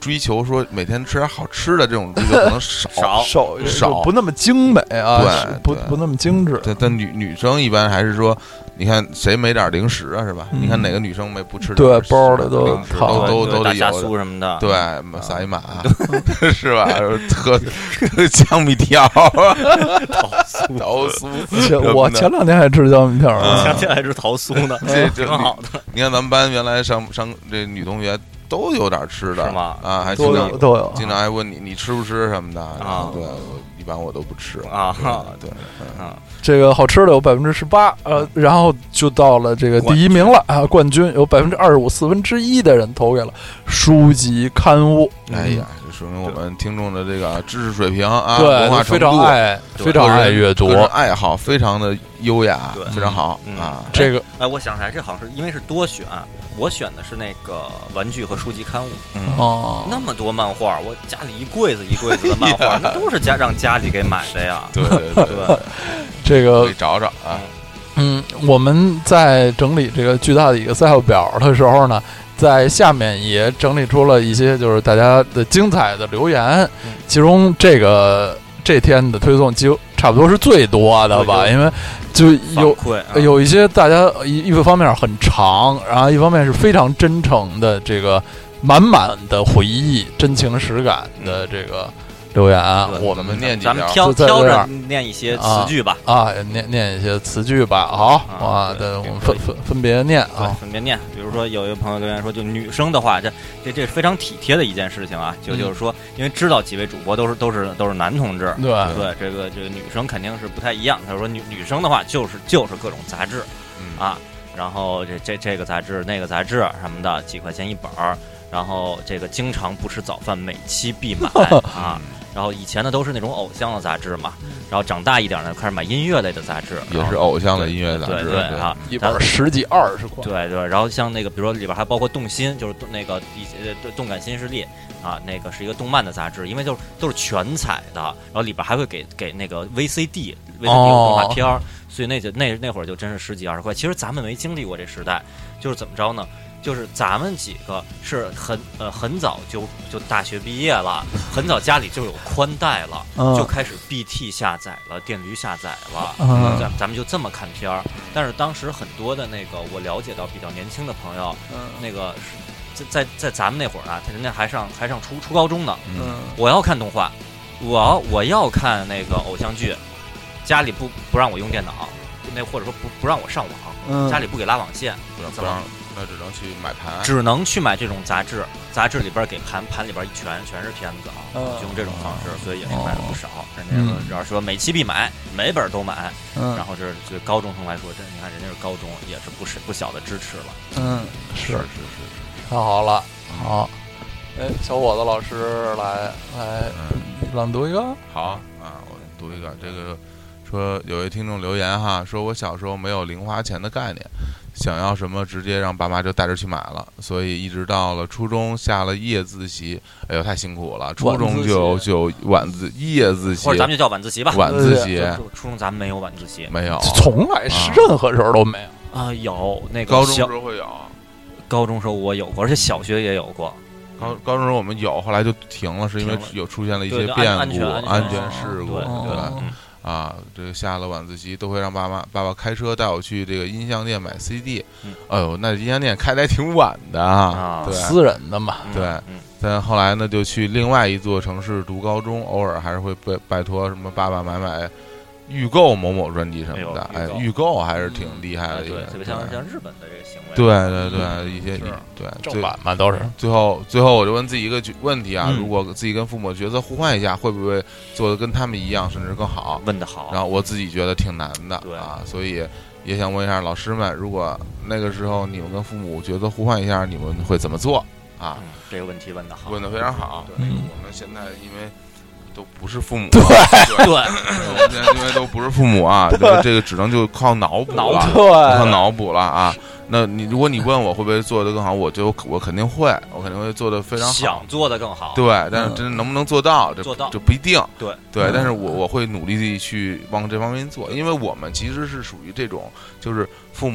追求说每天吃点好吃的这种追求可能少少少少不那么精美啊， 对不对不那么精致。 但但女女生一般还是说，你看谁没点零食啊，是吧？ 嗯你看哪个女生没不吃点对零食包里都零食套都都都大虾得有的。 酥什么的， 对，撒一马是吧？喝喝江米条， 桃酥， 桃酥。 前我前两天还吃江米条呢， 啊想起来是桃酥呢， 这这挺好的。 你看咱们班原来上上这女同学都有点吃的， 是吗啊，还都经常有都有。 经常还问你你吃不吃什么的啊对，我一般我都不吃啊对，对啊， 这个好吃的有百分之十八，呃，然后就到了这个第一名了啊！冠军有百分之二十五，四分之一的人投给了书籍刊物。 哎呀，这说明我们听众的这个知识水平啊， 对， 文化程非常度， 爱， 对非常爱阅读个。人爱好非常的优雅， 对非常好嗯啊。 这个哎，我想起来，这好像是因为是多选，我选的是那个玩具和书籍刊物， 嗯， 哦， 那么多漫画，我家里一柜子一柜子的漫画，那都是家让家里给买的呀。 对对对对吧？ 这个可以找找啊。 嗯，我们在整理这个巨大的 Excel 表的时候呢，在下面也整理出了一些就是大家的精彩的留言，其中这个这天的推送几乎差不多是最多的吧，因为就有反馈啊有一些大家一一方面很长，然后一方面是非常真诚的这个满满的回忆、真情实感的这个留言啊， 对我咱们念几咱们条， 挑挑着就在这儿念一些词句吧。 啊念念一些词句吧，好啊哇， 对对，我们可以分分分别念对， 啊， 分别念。比如说，有一个朋友留言说，就女生的话，这这这是非常体贴的一件事情啊。就嗯就是说，因为知道几位主播都是都是都是男同志， 对对，这个这个女生肯定是不太一样。他说女女生的话，就是就是各种杂志嗯啊，然后这这这个杂志那个杂志什么的，几块钱一本儿，然后这个经常不吃早饭，每期必买啊。然后以前呢都是那种偶像的杂志嘛，然后长大一点呢开始买音乐类的杂志， 也是偶像的音乐杂志， 对对啊， 一本十几二十块， 对对，然后像那个，比如说里边还包括动心，就是动那个一些呃动感新势力啊，那个是一个动漫的杂志，因为就是都是全彩的，然后里边还会给给那个 V C D，V C D 有动画片儿，所以那就那那会儿就真是十几二十块。其实咱们没经历过这时代，就是怎么着呢？就是咱们几个是很呃很早就就大学毕业了，很早家里就有宽带了， 嗯就开始 B T 下载了，电驴下载了， 嗯咱咱们就这么看片儿。但是当时很多的那个我了解到比较年轻的朋友， 嗯那个是在在在咱们那会儿啊，他人家还上还上初初高中呢。 嗯我要看动画，我要我要看那个偶像剧，家里不不让我用电脑，那或者说不不让我上网， 嗯家里不给拉网线， 不不让，那只能去买盘。 只能去买这种杂志，杂志里边给盘盘里边全全是片子啊， 嗯就用这种方式，所以也是买了不少。人嗯家要说每期必买，每本都买， 嗯然后这对高中生来说，这你看人家是高中，也是不是不小的支持了。 嗯是是是是， 太好了，好，哎，小伙子老师来来嗯， 朗读一个， 好啊，我读一个，这个说有位听众留言哈，说我小时候没有零花钱的概念，想要什么直接让爸妈就带着去买了，所以一直到了初中下了夜自习，哎呦太辛苦了，初中就就晚自夜自习或者咱们就叫晚自习吧。 晚自习就初初中咱们没有晚自习没有， 从来是任何时候都没有， 啊，有那个高中小时候会有， 高中时候我有过，而且小学也有过。 高高中时候我们有，后来就停了，是因为停了有出现了一些对对变安全故、 安全安全事故， 对对吧？ 嗯啊，这个下了晚自习都会让爸妈爸爸开车带我去这个音像店买 C D， 嗯哎呦，那音像店开的还挺晚的啊对。 私人的嘛， 嗯对嗯但后来呢，就去另外一座城市读高中，偶尔还是会拜拜托什么爸爸买买预购某某专辑什么的，哎哎呦， 预购还是挺厉害哎的一个， 对，特别像像日本的这个行为。 对对对，一些是对正版嘛都是， 最后，最后我就问自己一个问题啊： 嗯如果自己跟父母的角色互换一下，会不会做的跟他们一样，甚至更好？ 问得好。 然后我自己觉得挺难的， 对啊，所以也想问一下老师们，如果那个时候你们跟父母角色互换一下，你们会怎么做啊？ 嗯，这个问题问得好。 问的非常好。 对那个我们现在因为都不是父母， 对对， 对， 我们现在因为都不是父母啊，这个这个只能就靠脑补了， 对， 靠脑补了啊。那你如果你问我会不会做得更好，我就我肯定会，我肯定会做得非常好。 想做的更好。 对，但是真的能不能做到，这做到这不一定。 对对， 嗯但是我我会努力地去往这方面做，因为我们其实是属于这种，就是父母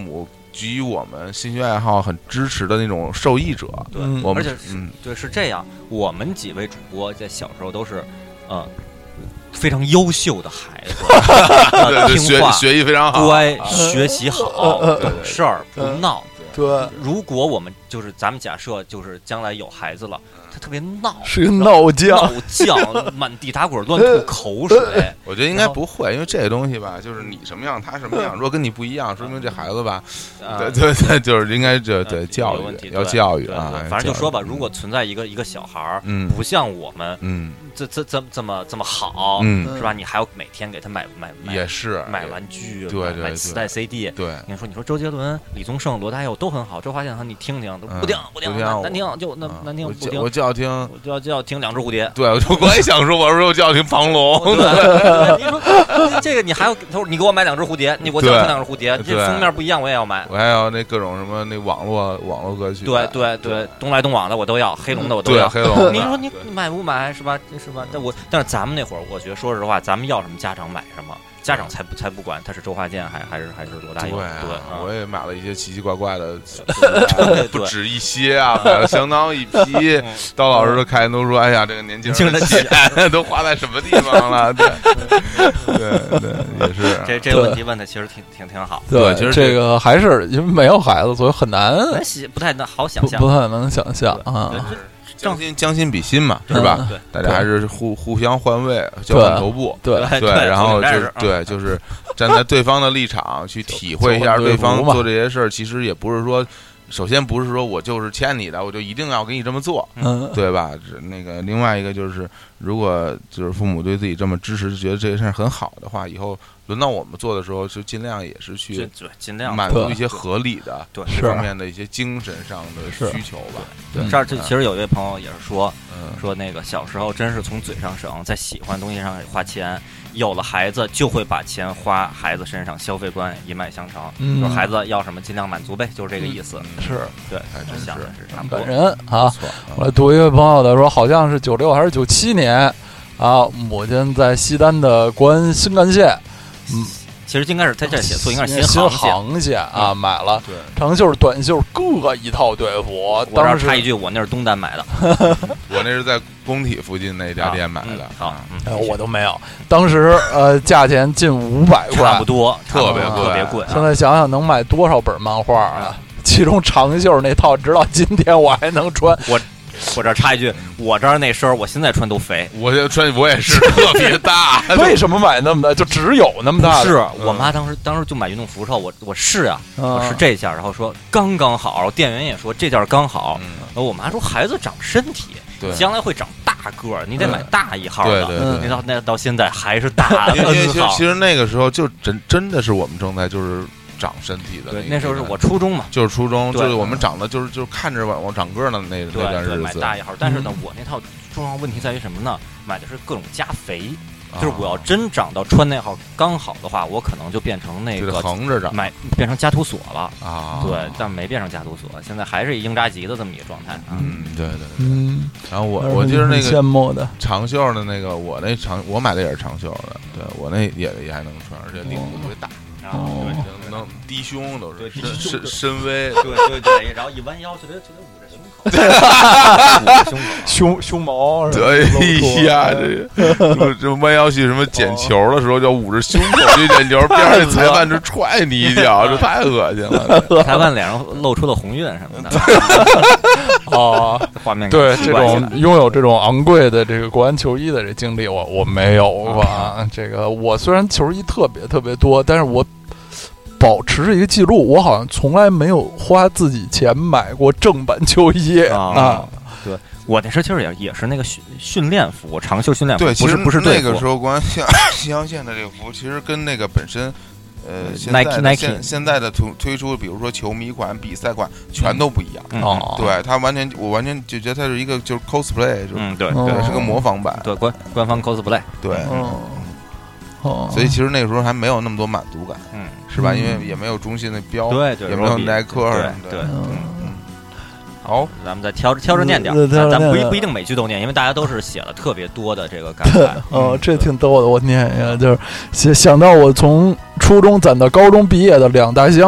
给予我们兴趣爱好很支持的那种受益者。 对， 嗯我们而且是、 嗯， 对是这样，我们几位主播在小时候都是，呃，非常优秀的孩子，呃、 对对，学听话、 学习非常好， 乖，学习好， 嗯懂事儿，不闹。 对， 如果我们就是咱们假设就是将来有孩子了，他特别闹， 是个闹将， 闹将，满地打滚，乱吐口水。 我觉得应该不会，因为这个东西吧，就是你什么样，他什么样。如果跟你不一样，说明这孩子吧，对对对，就是应该这对教育要教育啊。 反正就说吧，如果存在一个一个小孩儿， 嗯， 不像我们， 嗯， 这这这这么这么好， 嗯， 是吧？你还要每天给他买买买， 也是买玩具， 对对， 买磁带 C D。 对， 你说你说周杰伦、李宗盛、罗大佑都很好，周华健和你听听，不听不听，难听就那难听不听， 我就要听， 我就要就要听两只蝴蝶。 对，我我也想说，我说我就要听庞龙。 你说这个你还要他说你给我买两只蝴蝶，你我就要听两只蝴蝶，这封面不一样我也要买， 我还要那各种什么那网络网络歌曲， 对对对，东来东往的我都要，黑龙的我都要， 黑龙。 你说你你买不买是吧？是吧？但我但是咱们那会儿，我觉得说实话，咱们要什么家长买什么。家长才不才不管他是周华健还还是还是罗大佑， 对、啊， 对、 嗯，我也买了一些奇奇怪怪的，不止一些啊，买了相当一批。刀老师的看都说：“哎呀，这个年轻人的钱都花在什么地方了？”对对对，也是。 这这个问题问的其实挺挺挺好。 对， 其实这个还是因为没有孩子，所以很难， 不太好想象， 不太能想象啊。 将心将心比心嘛，是吧？ 对， 大家还是互互相换位，交换头部， 对对，然后就对，就是站在对方的立场去体会一下对方做这些事儿，其实也不是说。首先不是说我就是欠你的，我就一定要给你这么做， 嗯， 对吧？那个另外一个就是，如果就是父母对自己这么支持，觉得这个事儿很好的话，以后轮到我们做的时候，就尽量也是去尽量满足一些合理的对这方面的一些精神上的需求吧。 对，这儿这其实有一位朋友也是说，说那个小时候真是从嘴上省，在喜欢东西上花钱。有了孩子就会把钱花孩子身上，消费观一脉相承。嗯，就是孩子要什么尽量满足呗，就是这个意思。 嗯、是， 对， 还真想的是差不多。 本人啊，我来读一位朋友的说，好像是九六还是九七年啊，母亲在西单的国安新干线，嗯。 其实应该是在这写错，应该是新航线啊，买了对长袖、短袖各一套队服。当时插一句，我那是东单买的， 我那是在工体附近那家店买的。 好， 我都没有。当时呃，价钱近五百块， 差不多， 特别特别贵。 现在想想，能买多少本漫画啊？其中长袖那套，直到今天我还能穿。 我。我这儿插一句，我这儿那身儿，我现在穿都肥。 我这穿我也是特别大。 为什么买那么大？就只有那么大的？ 是我妈当时当时就买运动服的时候，我我试啊，我试这件，然后说刚刚好，店员也说这件刚好。然后我妈说孩子长身体，将来会长大个儿，你得买大一号的。 对对对， 那到那到现在还是大。 因为其实其实那个时候就真真的是我们正在就是。长身体的， 对，那时候是我初中嘛， 就是初中，就是我们长得就是就是看着往往长个的那那段日子， 买大一号。但是呢，我那套重要问题在于什么呢？买的是各种加肥，就是我要真长到穿那号刚好的话，我可能就变成那个横着长， 买变成加图索了啊。 对，但没变成加图索，现在还是一英扎吉的这么一个状态啊。 嗯，对对， 嗯。 然后我我记得那个羡慕的长袖的那个，我那长我买的也是长袖的，对我那也也还能穿，而且领子特别大。 哦， 对，能低胸都是深深 V， 对对对，然后一弯腰就得就得捂着胸口，捂着胸口， 胸胸毛， 对呀，这这弯腰去什么捡球的时候，就捂着胸口去捡球，边上那裁判就踹你一脚，这太恶心了。 裁判脸上露出了红晕什么的。 哦， 画面对这种拥有这种昂贵的这个国安球衣的这经历，我我没有过。这个我虽然球衣特别特别多，但是我。保持着一个记录，我好像从来没有花自己钱买过正版球衣啊。 啊对，我那时候其实也也是那个训训练服，长袖训练服， 对， 不是不是那个时候国安西阳线的这个服，其实跟那个本身，呃，现在 Nike 现现在的推推出，比如说球迷款、比赛款，全都不一样。 哦、 嗯，对，它完全，我完全就觉得它是一个就是 cosplay， 就是嗯，对对，是个模仿版， 对官官方 cosplay， 对。 哦哦，所以其实那个时候还没有那么多满足感， 嗯， 是吧？因为也没有中信的标， 对对， 也没有耐克什么的， 对， 嗯嗯。好， 咱们再挑着挑着念点，咱咱不不一定每句都念，因为大家都是写了特别多的这个感慨。 哦，这挺逗的，我念一下，就是想想到我从初中攒到高中毕业的两大箱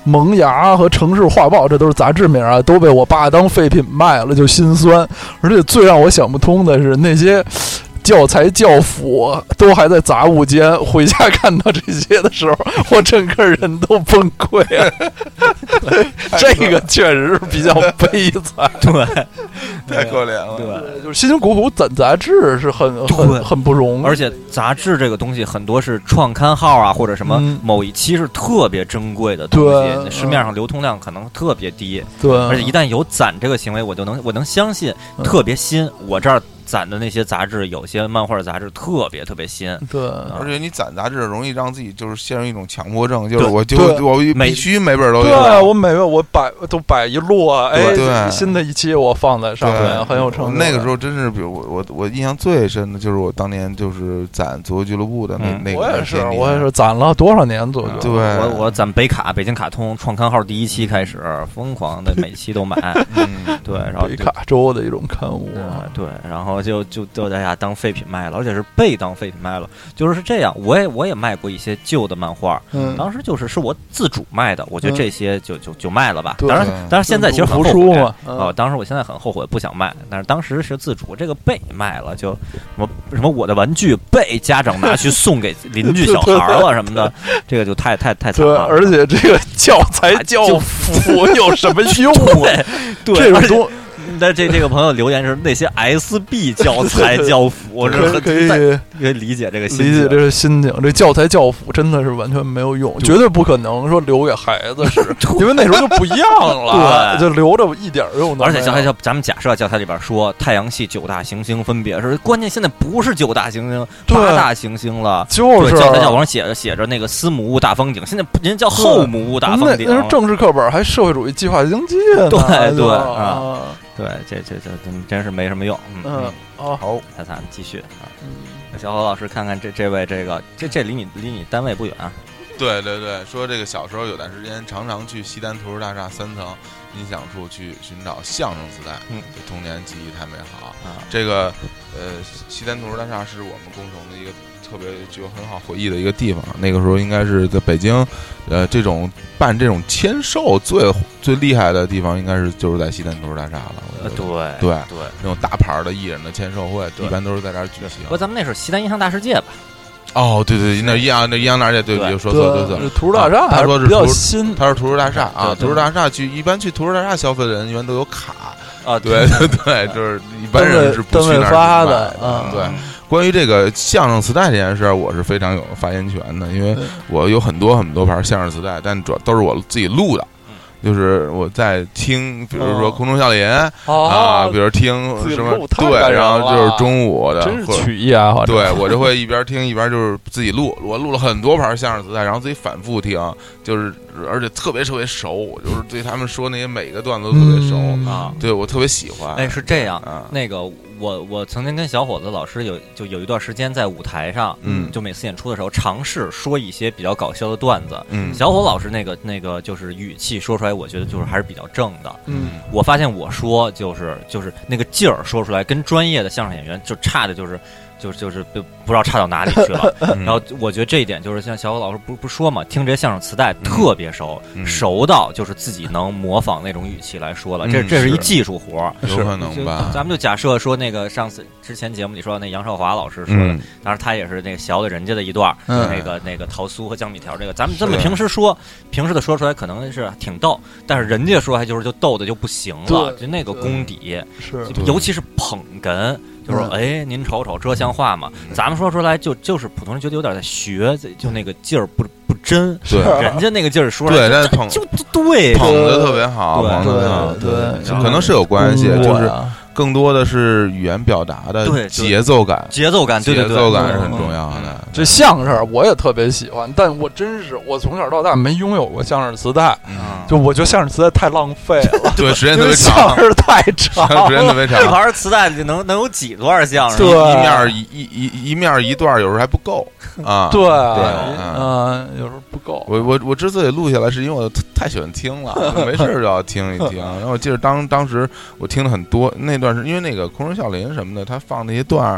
萌芽和城市画报，这都是杂志名啊，都被我爸当废品卖了，就心酸。而且最让我想不通的是，那些教材教辅都还在杂物间，回家看到这些的时候，我整个人都崩溃了。这个确实是比较悲惨， 对， 太可怜了。 对， 就是辛辛苦苦攒杂志是很很很不容易， 而且杂志这个东西很多是创刊号啊，或者什么某一期是特别珍贵的东西， 对， 市面上流通量可能特别低， 对， 而且一旦有攒这个行为，我就能我能相信特别新，我这儿。攒的那些杂志，有些漫画杂志特别特别新， 对， 而且你攒杂志容易让自己就是陷入一种强迫症，就是我就我必须每本都有， 对，我每本我摆都摆一摞，哎， 对， 新的一期我放在上面，很有成就。 那个时候真是，比如我我我印象最深的就是我当年就是攒足球俱乐部的那、嗯、那个， 我也是，我也是攒了多少年左右。 对， 我我攒北卡北京卡通创刊号第一期开始，疯狂的每期都买，嗯，对，然后北卡州的一种刊物， 啊、对，然后。就就都大家当废品卖了，而且是被当废品卖了。就是这样，我也我也卖过一些旧的漫画，嗯，当时就是是我自主卖的，我觉得这些就就就卖了吧。当然，当然现在其实很后悔啊、嗯哦。当时我现在很后悔，不想卖，但是当时是自主，这个被卖了，就什么什么我的玩具被家长拿去送给邻居小孩了什么的，这个就太太太惨了。 而且这个教材教辅有什么用啊？ 对， 这种东。 那这这个朋友留言是那些 S B 教材教辅，我是可以可以理解这个心理解这个心境。这教材教辅真的是完全没有用，绝对不可能说留给孩子使，因为那时候就不一样了，就留着一点用都没有。 而且教材教，咱们假设教材里边说太阳系九大行星分别是，关键现在不是九大行星，八大行星了。 就是教材教辅上写着写着那个司母戊大方鼎，现在人家叫后母戊大方鼎。 那是政治课本，还社会主义计划经济呢。 对对啊。对，这这这真是没什么用。嗯嗯，哦， 好，那咱们继续啊。嗯，小侯老师，看看这这位这个这这离你离你单位不远啊。 对对对，说这个小时候有段时间常常去西单图书大厦三层音响处去寻找相声磁带，嗯，这童年记忆太美好啊。这个呃，西单图书大厦是我们共同的一个特别具有很好回忆的一个地方。那个时候应该是在北京，呃，这种办这种签售最最厉害的地方，应该是就是在西单图书大厦了。 呃，对对对， 那种大牌的艺人的签售会，一般都是在这儿举行。 不过咱们那是西单音像大世界吧？ 哦，对对，那一样，那一样大世界，对，就说错对对。 图书大厦， 他说是比较新， 他是图书大厦啊，图书大厦去一般去图书大厦消费的人，一般都有卡啊，对对对，就是一般人是不去那儿发的，嗯， 对。关于这个相声磁带这件事，我是非常有发言权的，因为我有很多很多盘相声磁带，但主要都是我自己录的。就是我在听，比如说空中笑林、哦、啊，比如听什么对，然后就是中午的， 真是曲艺爱好者。 对，我就会一边听一边就是自己录，我录了很多盘相声磁带，然后自己反复听，就是而且特别特别熟，我就是对他们说那些每个段子都特别熟、嗯、啊，对我特别喜欢。 哎，是这样，啊、那个我我曾经跟小伙子老师有就有一段时间在舞台上，嗯，就每次演出的时候尝试说一些比较搞笑的段子，嗯，小伙老师那个那个就是语气说出来，我觉得就是还是比较正的，嗯，我发现我说就是就是那个劲儿说出来，跟专业的相声演员就差的就是。就是就是不不知道差到哪里去了，然后我觉得这一点就是像小伙老师不不说嘛，听这些相声磁带特别熟，嗯、熟到就是自己能模仿那种语气来说了，嗯、这这是一技术活， 有可能吧？ 咱们就假设说那个上次之前节目里说那杨少华老师说的，嗯、当然他也是那个学了人家的一段，嗯、那个那个桃酥和江米条这个，咱们这么平时说，平时的说出来可能是挺逗，但是人家说还就是就逗的就不行了，就那个功底， 是尤其是捧哏。就是说，哎，您瞅瞅，这像话吗？咱们说出来就就是普通人觉得有点在学，就那个劲儿不不真。 对， 人家那个劲儿说出来，对， 就就对， 捧的特别好，捧的特别好，对，可能是有关系，就是更多的是语言表达的节奏感， 节奏感，对对对， 节奏感是很重要的。 这相声我也特别喜欢，但我真是我从小到大没拥有过相声磁带，就我觉得相声磁带太浪费了， 对，时间特别长， 相声太长， 时间特别长， 一盘磁带里能能有几段相声？ 一面一一一一面一段，有时候还不够啊。 对对，嗯，有时候不够。 我我我之所以录下来，是因为我太喜欢听了，没事就要听一听。然后我记得当当时我听了很多那段。是因为那个空中笑林什么的，他放那些段儿，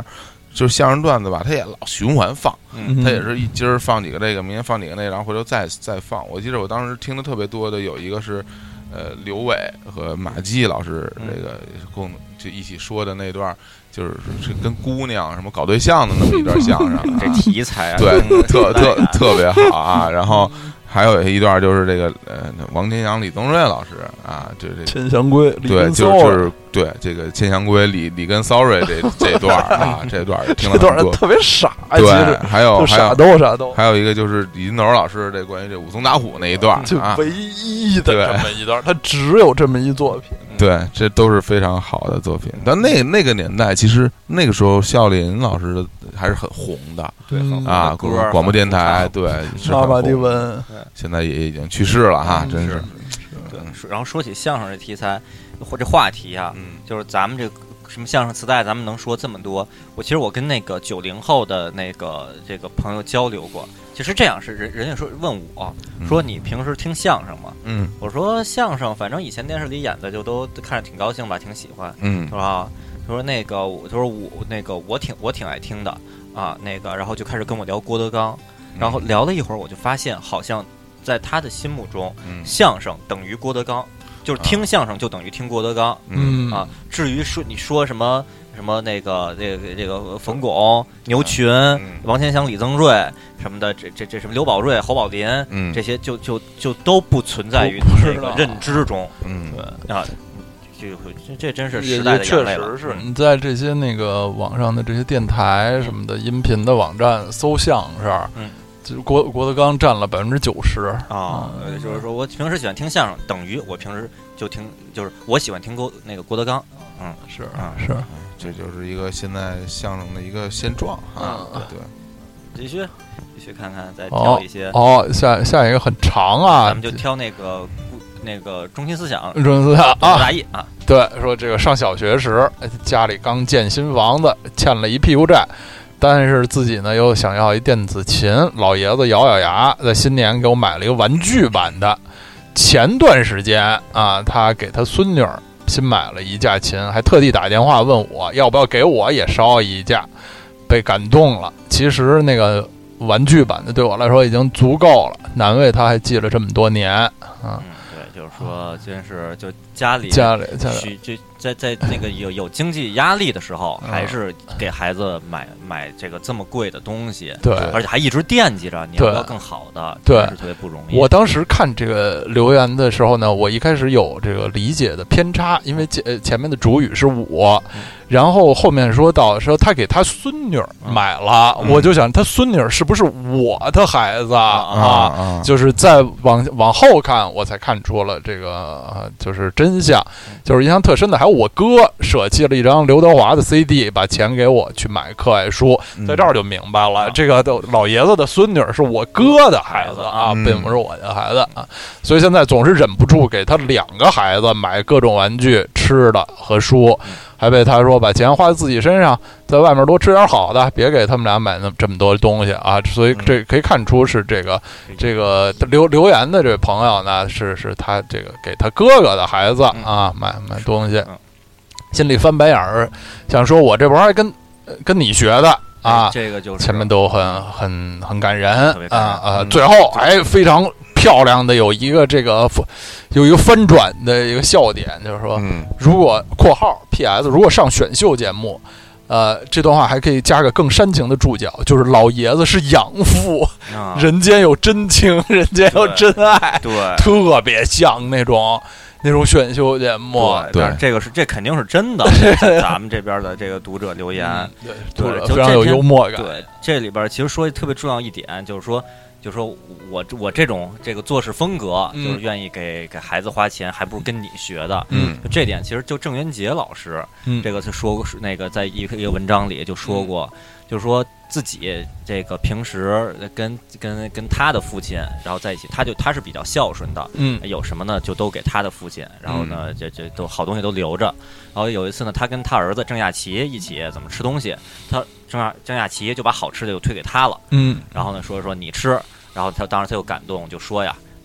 就是相声段子吧，他也老循环放， 嗯他也是一今儿放几个这个，明天放几个那个，然后回头再再放。我记得我当时听的特别多的有一个是，呃，刘伟和马季老师这个共就一起说的那段，就是是跟姑娘什么搞对象的那么一段相声、啊， 这题材啊， 对，特特特别好啊。然后还有一段就是这个呃，王天祥、李增瑞老师啊，就这千祥归， 对，就是就是对这个千祥归、李李根 sorry 这这段啊，这段听了这段很多特别傻， 对，还有还傻有逗傻逗， 还有一个就是李金斗老师这关于这武松打虎那一段就啊， 唯一的这么一段，他只有这么一作品。 对，这都是非常好的作品。但那那个年代，其实那个时候孝林老师的还是很红的， 对啊，广广播电台，对， 阿玛迪文， 现在也已经去世了哈，真是。 对，然后说起相声这题材或者话题啊，就是咱们这个什么相声磁带，咱们能说这么多。我其实我跟那个九零后的那个这个朋友交流过，其实这样是人人家说问我说你平时听相声吗？ 嗯， 我说相声，反正以前电视里演的就都看着挺高兴吧，挺喜欢。 嗯， 他说啊，他说那个，他说我那个我挺我挺爱听的啊，那个然后就开始跟我聊郭德纲，然后聊了一会儿，我就发现好像在他的心目中， 嗯、 相声等于郭德纲。就是听相声就等于听郭德纲， 嗯啊，至于说你说什么什么那个这个这个冯巩、牛群、 嗯、 王天祥、李增瑞什么的，这这这什么刘宝瑞、侯宝林， 嗯， 这些就就就都不存在于这个认知中， 嗯， 对啊，这这这真是时代的眼泪了。 确实是你在这些那个网上的这些电台什么的音频的网站搜相声， 嗯。 就是郭郭德纲占了百分之九十啊，就是说我平时喜欢听相声，等于我平时就听，就是我喜欢听郭那个郭德纲，嗯， 是啊是， 这就是一个现在相声的一个现状啊，对， 继续继续看看，再挑一些哦，下下一个很长啊， 咱们就挑那个那个中心思想， 中心思想啊， 大意啊， 对，说这个上小学时家里刚建新房子，欠了一屁股债。但是自己呢又想要一电子琴，老爷子咬咬牙，在新年给我买了一个玩具版的。前段时间啊，他给他孙女新买了一架琴，还特地打电话问我要不要给我也烧一架，被感动了。其实那个玩具版的对我来说已经足够了，难为他还记了这么多年啊。 嗯，对，就是说，真是就家里家里家里就在在那个有有经济压力的时候，还是给孩子买买这个这么贵的东西， 对， 而且还一直惦记着你要不要更好的， 对， 是特别不容易。 我当时看这个留言的时候呢，我一开始有这个理解的偏差，因为前前面的主语是我， 嗯、 然后后面说到说他给他孙女买了， 嗯、 我就想他孙女是不是我的孩子、 嗯、 啊？ 啊就是再往往后看，我才看出了这个、呃、就是真相，就是印象特深的还有我哥舍弃了一张刘德华的 C D， 把钱给我去买课外书，在这儿就明白了，嗯、这个老爷子的孙女是我哥的孩子啊， 嗯、 并不是我的孩子啊，所以现在总是忍不住给他两个孩子买各种玩具、吃的和书，还被他说把钱花在自己身上，在外面多吃点好的，别给他们俩买那这么多东西啊。所以这可以看出是这个这个留留言的这位朋友呢，是是他这个给他哥哥的孩子啊买买东西，心里翻白眼儿，想说我这玩意儿跟跟你学的。啊， 这个就是前面都很很很感人啊啊、呃嗯！ 最后还非常漂亮的有一个这个有一个翻转的一个笑点，就是说， 嗯、 如果（括号 P S） 如果上选秀节目，呃，这段话还可以加个更煽情的注脚，就是老爷子是养父， 啊、 人间有真情，人间有真爱， 对， 特别像那种。那种选秀节目， 对，对这个是这肯定是真的。咱们这边的这个读者留言， 嗯、 对， 对，非常有幽默感。 对，这里边其实说特别重要一点，就是说，就是说我我这种这个做事风格， 嗯、 就是愿意给给孩子花钱，还不如跟你学的。 嗯， 就这点其实就郑渊洁老师， 嗯， 这个他说过，那个在一个一个文章里就说过，嗯、就是说。自己这个平时跟跟跟他的父亲，然后在一起，他就他是比较孝顺的， 嗯， 有什么呢就都给他的父亲，然后呢，这这都好东西都留着。然后有一次呢，他跟他儿子郑亚琪一起怎么吃东西，他郑亚郑亚琪就把好吃的就推给他了， 嗯， 然后呢说说你吃，然后他当时他又感动，就说呀。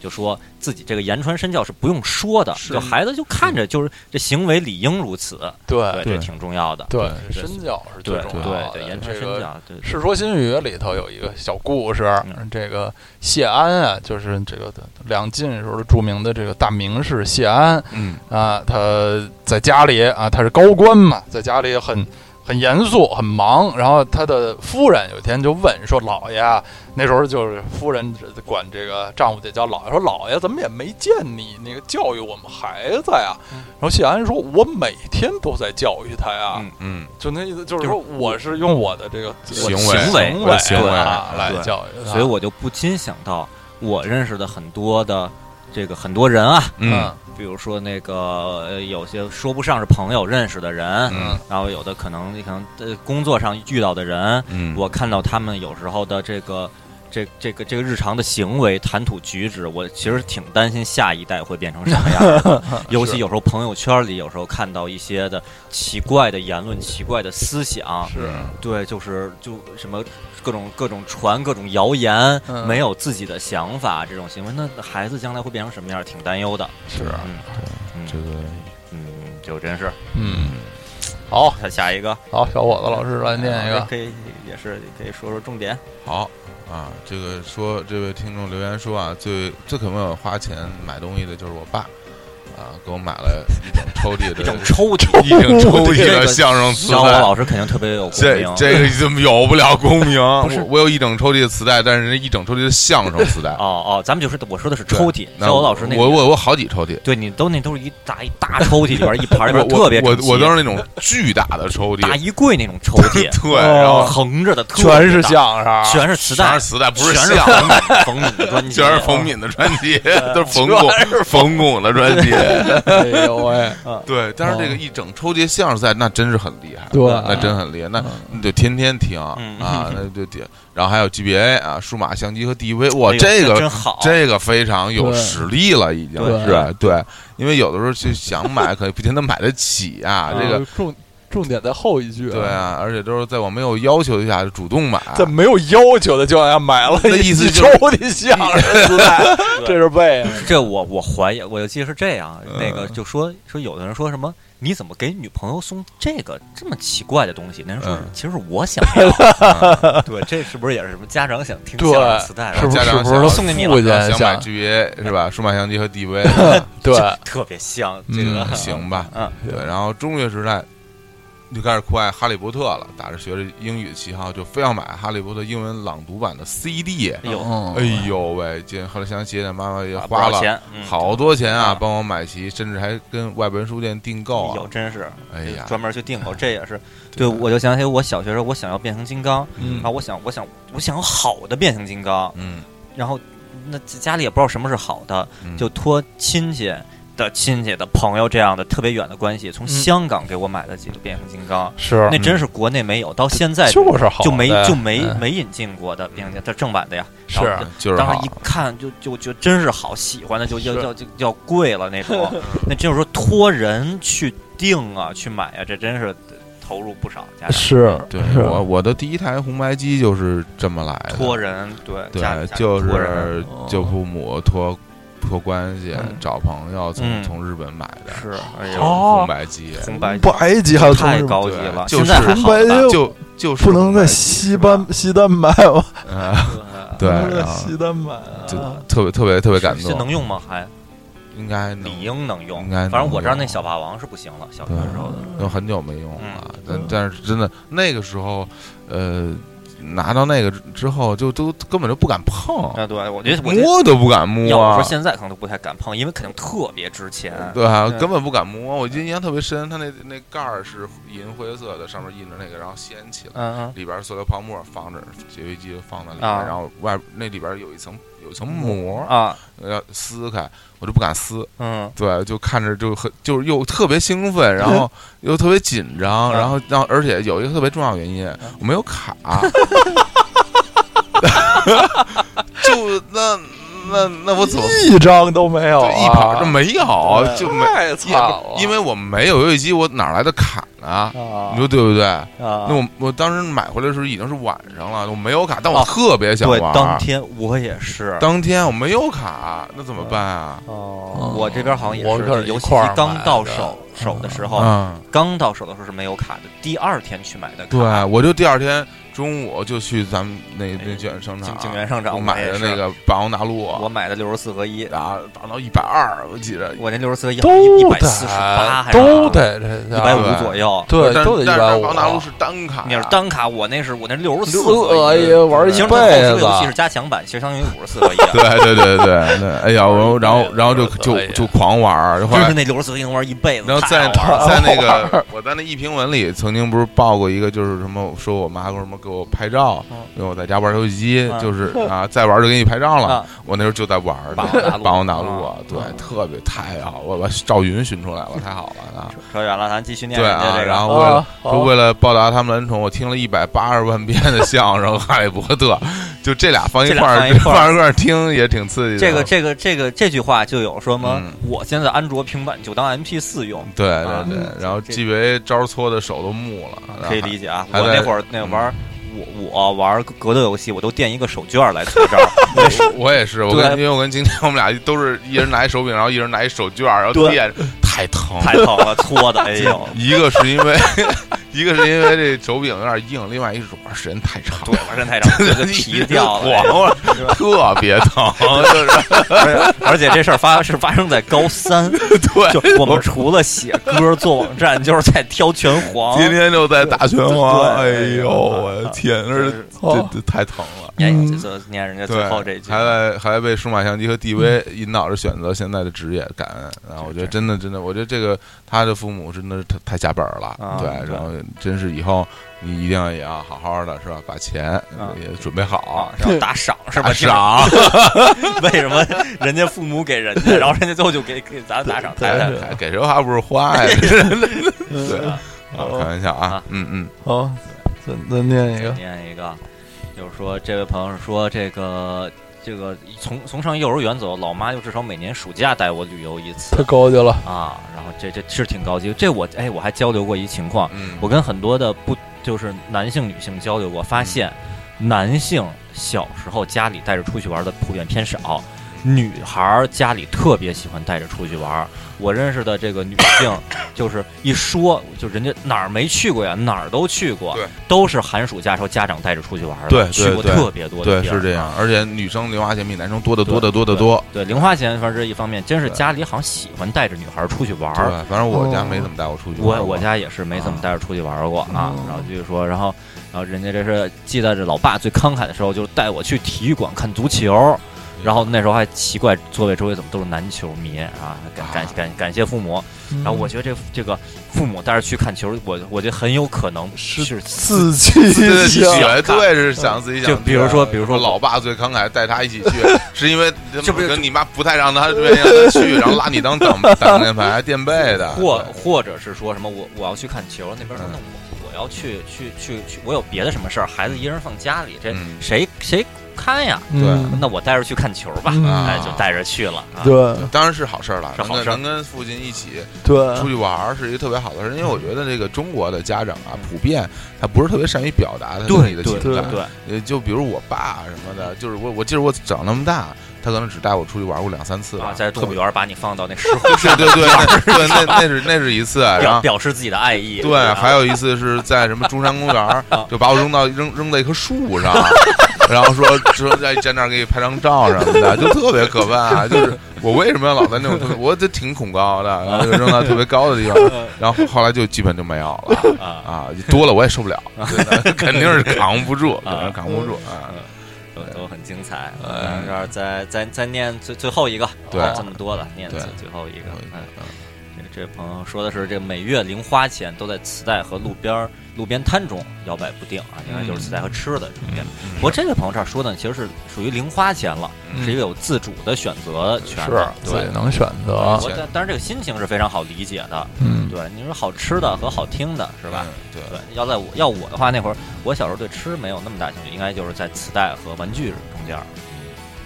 就说自己这个言传身教是不用说的，就孩子就看着就是这行为理应如此， 对， 这挺重要的。 对，身教是最重要的。 对对，言传身教。对，《 世说新语》里头有一个小故事，这个谢安啊，就是这个两晋时候的著名的这个大名士谢安， 嗯啊，他在家里啊，他是高官嘛，在家里很。很严肃，很忙。然后他的夫人有一天就问说：“老爷，那时候就是夫人管这个丈夫得叫老爷，说老爷怎么也没见你那个教育我们孩子呀？”然后谢安说：“我每天都在教育他呀。” 嗯嗯， 就那意思就是说，我是用我的这个行为行为行为来教育他， 所以我就不禁想到我认识的很多的这个很多人啊， 嗯。 比如说那个呃，有些说不上是朋友认识的人， 嗯， 然后有的可能可能呃工作上遇到的人， 嗯， 我看到他们有时候的这个这这个这个日常的行为、谈吐举止，我其实挺担心下一代会变成什么样的。尤其有时候朋友圈里，有时候看到一些的奇怪的言论、奇怪的思想， 是对，就是就什么。各种各种传各种谣言、嗯，没有自己的想法，这种行为，那孩子将来会变成什么样？挺担忧的。 是啊， 嗯， 对，这个， 嗯，就真是， 嗯，好， 他下一个， 好，小伙子老师来念一个， 可以也是可以说说重点。 好啊，这个说这位听众留言说啊，最最可没有花钱买东西的就是我爸。啊，给我买了一整抽屉的， 一整抽屉， 一整抽屉的相声磁带。 小王老师肯定特别有共鸣， 这这个怎么有不了共鸣？我我有一整抽屉的磁带，但是人一整抽屉的相声磁带。 哦哦，咱们就是我说的是抽屉，小王老师那我我我好几抽屉， 对你都那都是一大一大抽屉里边一盘里边特别我我都是那种巨大的抽屉， 大衣柜那种抽屉， 对，然后横着的， 全是相声， 全是磁带， 全是磁带，不是相声，冯敏的专辑， 全是冯敏的专辑，都是冯巩冯巩的专辑。 有哎， 对，但是这个一整抽屉相声赛那真是很厉害， 对， 那真很厉害，那你就天天听啊，那就点，然后还有 G B A 啊，数码相机和 D V， 哇，这个真好， 这个非常有实力了，已经是对，因为有的时候就想买，可不见得买得起啊，这个重重点在后一句， 对啊，而且都是在我没有要求的下就主动买， 在没有要求的情况下买了， 那意思抽屉相声磁带，这是背， 这我我怀疑，我记得是这样，那个就说说有的人说什么。你怎么给女朋友送这个这么奇怪的东西？那人说， 嗯、 其实是我想要。嗯、对，这是不是也是什么家长想听相声磁带？ 是不是家长想送给你了？ 想买 G B A 是吧？数码相机和 D V， 对， 特别像这个、 嗯，行吧？ 嗯， 对。然后中学时代就开始酷爱哈利波特了，打着学着英语的旗号，就非要买哈利波特英文朗读版的 C D。 哎呦， 哎呦喂！今后来想起来，妈妈也花了好多钱啊，帮我买齐，甚至还跟外文书店订购啊。 有真是， 哎呀， 专门去订购，这也是。对，我就想起我小学时候，我想要变形金刚， 嗯啊，我想，我想，我想要好的变形金刚， 嗯， 然后那家里也不知道什么是好的，就托亲戚。的亲戚的朋友这样的特别远的关系，从香港给我买了几个变形金刚， 是那真是国内没有，到现在就是好， 就没就没没引进过的变形金刚，它正版的呀， 是就是当时一看就就觉得真是好，喜欢的就要要就要贵了那种，那就是说托人去订啊去买啊，这真是投入不少。家是， 对我我的第一台红白机就是这么来的， 托人对对，就是就父母托。托关系、 嗯、 找朋友从、 嗯、 从日本买的， 是哎呦红白机， 红白白机还有太高级了， 就是红白机就就是不能在西单西单买吗？ 嗯，对， 西单买就特别特别特别感动。 这能用吗？还应该理应能用， 应该反正我知道那小霸王是不行了，小学时候的都很久没用了，但但是真的那个时候，呃。拿到那个之后，就都根本就不敢碰啊！对，我觉得摸都不敢摸。 要我说现在可能都不太敢碰，因为肯定特别值钱。 对啊，根本不敢摸。我记得印象特别深，它那那盖儿是银灰色的，上面印着那个，然后掀起来， 嗯嗯， 里边塑料泡沫放着，解围机放在里面，然后外那里边有一层有一层膜啊， 要撕开，我就不敢撕。 嗯， 对，就看着就很就是又特别兴奋，然后又特别紧张，然后然后而且有一个特别重要的原因，我没有卡。就那那那我怎么一张都没有、啊， 一盘都没有，就没太惨了， 因为我没有游戏机，我哪来的卡呢？ 啊你说对不对？ 啊， 那我我当时买回来的时候已经是晚上了，我没有卡，但我特别想玩。 对，当天我也是， 当天我没有卡，那怎么办啊？ 哦，我这边好像也我是，游戏机刚到手手的时候， 嗯， 刚到手的时候是没有卡的，第二天去买的卡。 对，我就第二天中午就去咱们那那景商场， 景元商场， 我买的那个霸王大陆， 我买的六十四合一， 然后打到一百二，我记得我那六十四合一都一百四十八，还都得这一百五左右， 对，都得一百五。 霸王大陆是单卡， 你是单卡，我那是我那六十四合一，玩一辈子。 这个游戏是加强版，其实相当于五十四合一。 对对对对对，哎呀，我然后然后就就就狂玩， 就是那六十四合一能玩一辈子。 然后在在那个我在那一评文里曾经不是报过一个，就是什么说我妈说什么给我拍照，因为我在家玩游戏机，就是啊再玩就给你拍照了。我那时候就在玩霸王大陆啊，对，特别太好，我把赵云寻出来了，太好了啊！ 扯远了，咱继续念对啊，然后为了说为了报答他们的恩宠，我听了一百八十万遍的相声《哈利波特》，就这俩放一块儿放一块儿听也挺刺激的。 这个这个这个这句话就有说吗？我现在安卓平板就当 M P 四用。 对对对，然后纪委招搓的手都木了， 可以理解啊。我那会儿那玩。我我玩格斗游戏，我都垫一个手绢来搓招。 我也是，我跟因为我跟今天我们俩都是一人拿一手柄，然后一人拿一手绢，然后垫，太疼， 太疼了，搓的，哎呦！ 一个是因为一个是因为这手柄有点硬，另外一个是玩时间太长， 对，玩时间太长，这个皮掉了，特别疼，就是， 而且这事儿发是发生在高三， 对， 就我们除了写歌做网站，就是在挑拳皇， 天天就在打拳皇，哎呦，我的天！天，这这太疼了！ 念念人家最后这句， 还在还被数码相机和 D V 引导着选择现在的职业，感恩。然后我觉得真的真的，我觉得这个他的父母真的是太太下本了，对。然后真是以后你一定要也要好好的是吧？把钱也准备好， 然后打赏是吧？ 打赏， 为什么人家父母给人家，然后人家最后就给给咱打赏？ 给谁还不是花呀？对，开玩笑啊，嗯嗯， 好。再再念一个， 念一个，就是说，这位朋友说，这个这个从从上幼儿园走，老妈就至少每年暑假带我旅游一次， 太高级了啊！然后这这是挺高级，这我哎我还交流过一情况， 嗯、 我跟很多的不就是男性女性交流过，发现男性小时候家里带着出去玩的普遍偏少。女孩家里特别喜欢带着出去玩，我认识的这个女性，就是一说就人家哪儿没去过呀，哪儿都去过， 对， 都是寒暑假时候家长带着出去玩的， 对， 去过特别多的地儿，对，是这样。而且女生零花钱比男生多得多得多得多。 对，零花钱反正这一方面，真是家里好像喜欢带着女孩出去玩。 对，反正我家没怎么带我出去玩。 我我家也是没怎么带着出去玩过啊。然后继续说，然后然后人家这是记得这老爸最慷慨的时候，就带我去体育馆看足球。然后那时候还奇怪座位周围怎么都是男球迷啊！感感感感谢父母。然后我觉得这这个父母带着去看球，我我觉得很有可能是自己绝对是想自己想。 就比如说，比如说老爸最慷慨带他一起去，是因为这不跟你妈不太让他愿意让他去，然后拉你当挡挡箭牌垫背的， 或或者是说什么我我要去看球，那边说那我我要去去去去，我有别的什么事儿，孩子一人放家里，这谁谁。看呀， 对， 那我带着去看球吧，哎，就带着去了。 对， 当然是好事了， 是好事， 能跟父亲一起对出去玩是一个特别好的事，因为我觉得这个中国的家长啊，普遍他不是特别善于表达他自己的情感， 对， 就比如我爸什么的，就是我我记得我长那么大。他可能只带我出去玩过两三次吧， 在动物园把你放到那石虎上，对对对，对那那是那是一次，然后表示自己的爱意。 对，还有一次是在什么中山公园，就把我扔到扔扔在一棵树上，然后说说在在那儿给你拍张照什么的，就特别可怕。就是我为什么要老在那种，我这挺恐高的，然后就扔到特别高的地方，然后后来就基本就没有了啊，多了我也受不了，肯定是扛不住，肯定扛不住啊。 都都很精彩，嗯，这儿再再再念最最后一个， 对， 这么多了，念最最后一个，嗯，这这朋友说的是这每月零花钱都在磁带和路边路边摊中摇摆不定啊，应该就是磁带和吃的中间。不过这位朋友这儿说的其实是属于零花钱了，是一个有自主的选择权， 是自己能选择。 但但是这个心情是非常好理解的， 嗯， 对，你说好吃的和好听的是吧？ 对对，要在我要我的话，那会儿我小时候对吃没有那么大兴趣，应该就是在磁带和玩具中间。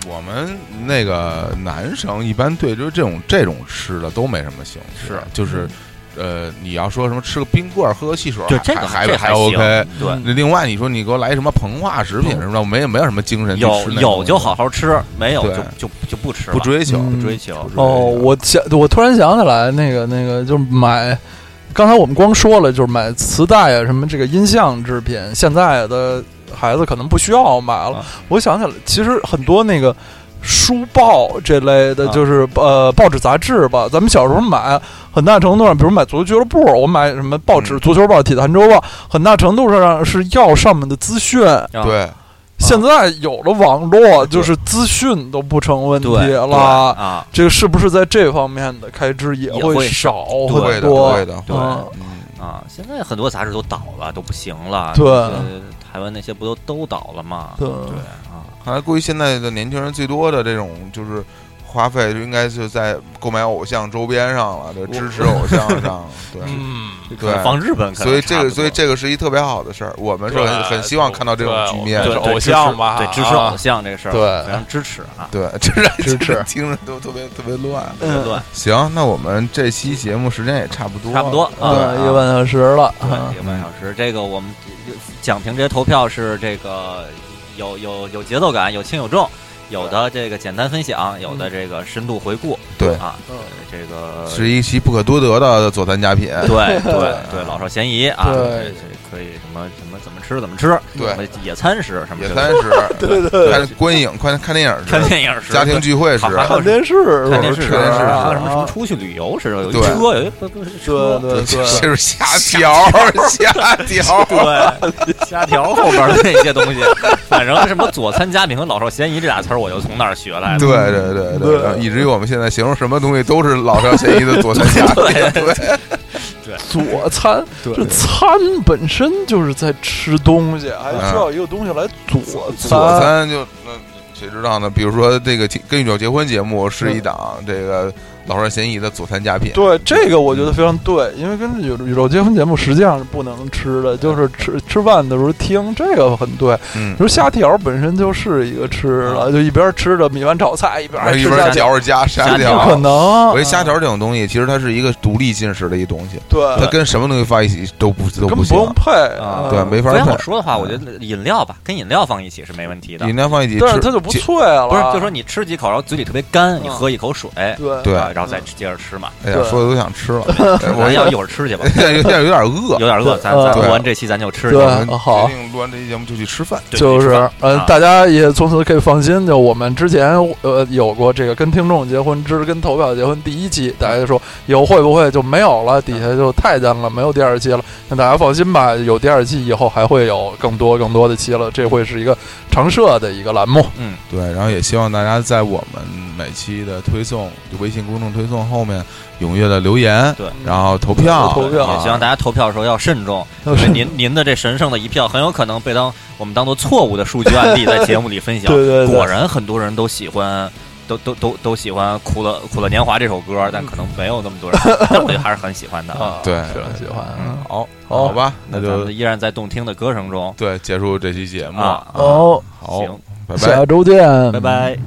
我们那个男生一般对就是这种这种吃的都没什么兴趣， 是就是呃，你要说什么吃个冰棍喝个汽水， 对这个还还这还 OK。 对， 另外你说你给我来什么膨化食品什么的，没有没有什么精神去有吃那种， 有就好好吃，没有对就就就不吃了， 不追求， 嗯不追求。 哦，我想，我突然想起来，那个那个就是买，刚才我们光说了，就是买磁带啊，什么这个音像制品，现在的孩子可能不需要买了。 啊我想起来，其实很多那个书报这类的， 啊就是、呃报纸杂志吧，咱们小时候买，很大程度上，比如买足球俱乐部，我买什么报纸、 嗯足球报、体坛周报，很大程度上是要上面的资讯。 啊对。 现在有了网络，就是资讯都不成问题对了啊， 这个是不是在这方面的开支也也会少会的很多？ 会的对嗯嗯啊，现在很多杂志都倒了，都不行了。 对呃台湾那些不都都倒了吗？ 对对啊， 看来估计现在的年轻人最多的这种就是花费，就应该是在购买偶像周边上了，就支持偶像上。对， 嗯， 对， 放日本可能所以这个， 差不多所以这个是一特别好的事儿，我们是对很很希望看到这种局面。 对对偶像吧对支持啊偶像这个事儿， 对非常支持啊， 对，这让支持听着都特别特别乱。 嗯对， 行，那我们这期节目时间也差不多， 差不多对啊，一个半小时了。 对， 啊一个半小时。这个我们讲评这些投票是这个有有有节奏感，有轻有重。有的这个简单分享，有的这个深度回顾， 对啊， 嗯这个是一期不可多得的佐餐佳品。 对对对，老少咸宜啊， 对这可以什么什么怎么吃怎么吃， 对什么野餐时什么野的餐时， 对对看观影、看看电影时， 看电影时， 家庭聚会时， 好还有看电视， 看电视时， 看电视时还有什么什么出去旅游时，有一对车，有一不不是车， 对对对， 这是虾条，虾条， 对，虾条后边的那些东西，反正什么佐餐佳品和老少咸宜这俩词儿，我就从那儿学来的。 对对对对，然后以至于我们现在形容什么东西都是老少咸宜的佐餐佳品。对， 佐餐，这餐本身就是在吃东西，还需要一个东西来佐餐。 佐餐就那谁知道呢？比如说这个《跟宇宙结婚》节目是一档这个老少咸宜的佐餐佳品。 对，这个我觉得非常对，因为跟宇宇宙结婚节目实际上是不能吃的，就是吃吃饭的时候听，这个很对。 嗯， 就是虾条本身就是一个吃了，就一边吃着米饭炒菜，一边还一边吃虾条， 嚼着加虾条条， 不可能。 我觉得虾条这种东西，其实它是一个独立进食的一东西， 对， 它跟什么东西放一起都不都不行根本不。用配啊对，没法非要配。 我说的话，我觉得饮料吧，跟饮料放一起是没问题的。 饮料放一起吃， 但是它就不脆了。 不是，就说你吃几口，然后嘴里特别干，你喝一口水， 对对啊然后再接着吃嘛。 哎呀， 对说的都想吃了。我咱要一会儿吃去吧， 现在有点有点饿， 有点饿，咱对咱对录完这期咱就吃去对。 我们好决定录完这期节目就去吃饭。 对就是吃饭呃， 啊大家也从此可以放心，就我们之前呃有过这个跟听众结婚之跟投票结婚第一期，大家就说以后会不会就没有了，底下就太监了，没有第二期了。那大家放心吧，有第二期以后还会有更多更多的期了，这会是一个常设的一个栏目。 嗯， 对，然后也希望大家在我们每期的推送，就微信公众推送后面踊跃的留言， 对， 然后投票， 投票也希望大家投票的时候要慎重，因为您您的这神圣的一票很有可能被当我们当做错误的数据案例在节目里分享。 对对对果然很多人都喜欢。都都都都喜欢《苦了苦了年华》这首歌，但可能没有那么多人，但我觉得还是很喜欢的啊， 对非常喜欢。 嗯，好， 好好吧，那就咱们依然在动听的歌声中对结束这期节目啊。 哦， 好， 行， 拜拜下。周见， 拜拜。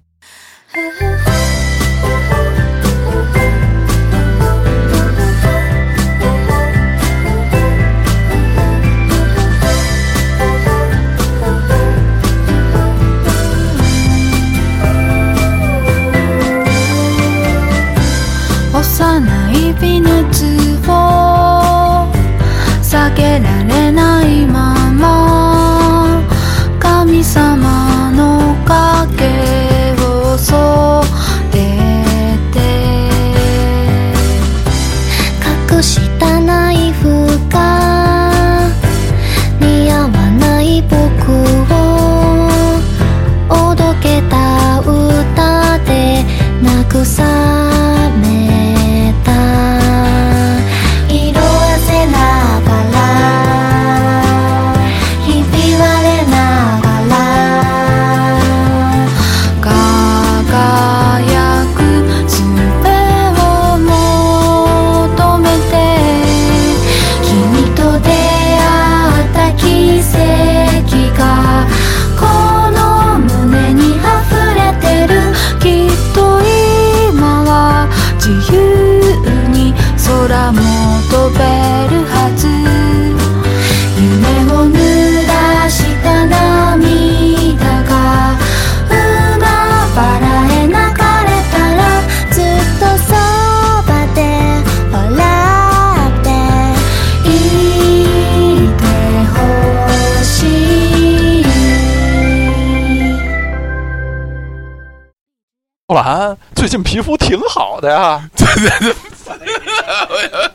幼い微熱を避けられないまま神様の影を添えて隠したナイフが似合わない僕をおどけた歌で慰め色あせながらひび割れながら輝く術を求めて君と出会った奇跡がこの胸に溢れて兰最近皮肤挺好的呀。 对对对。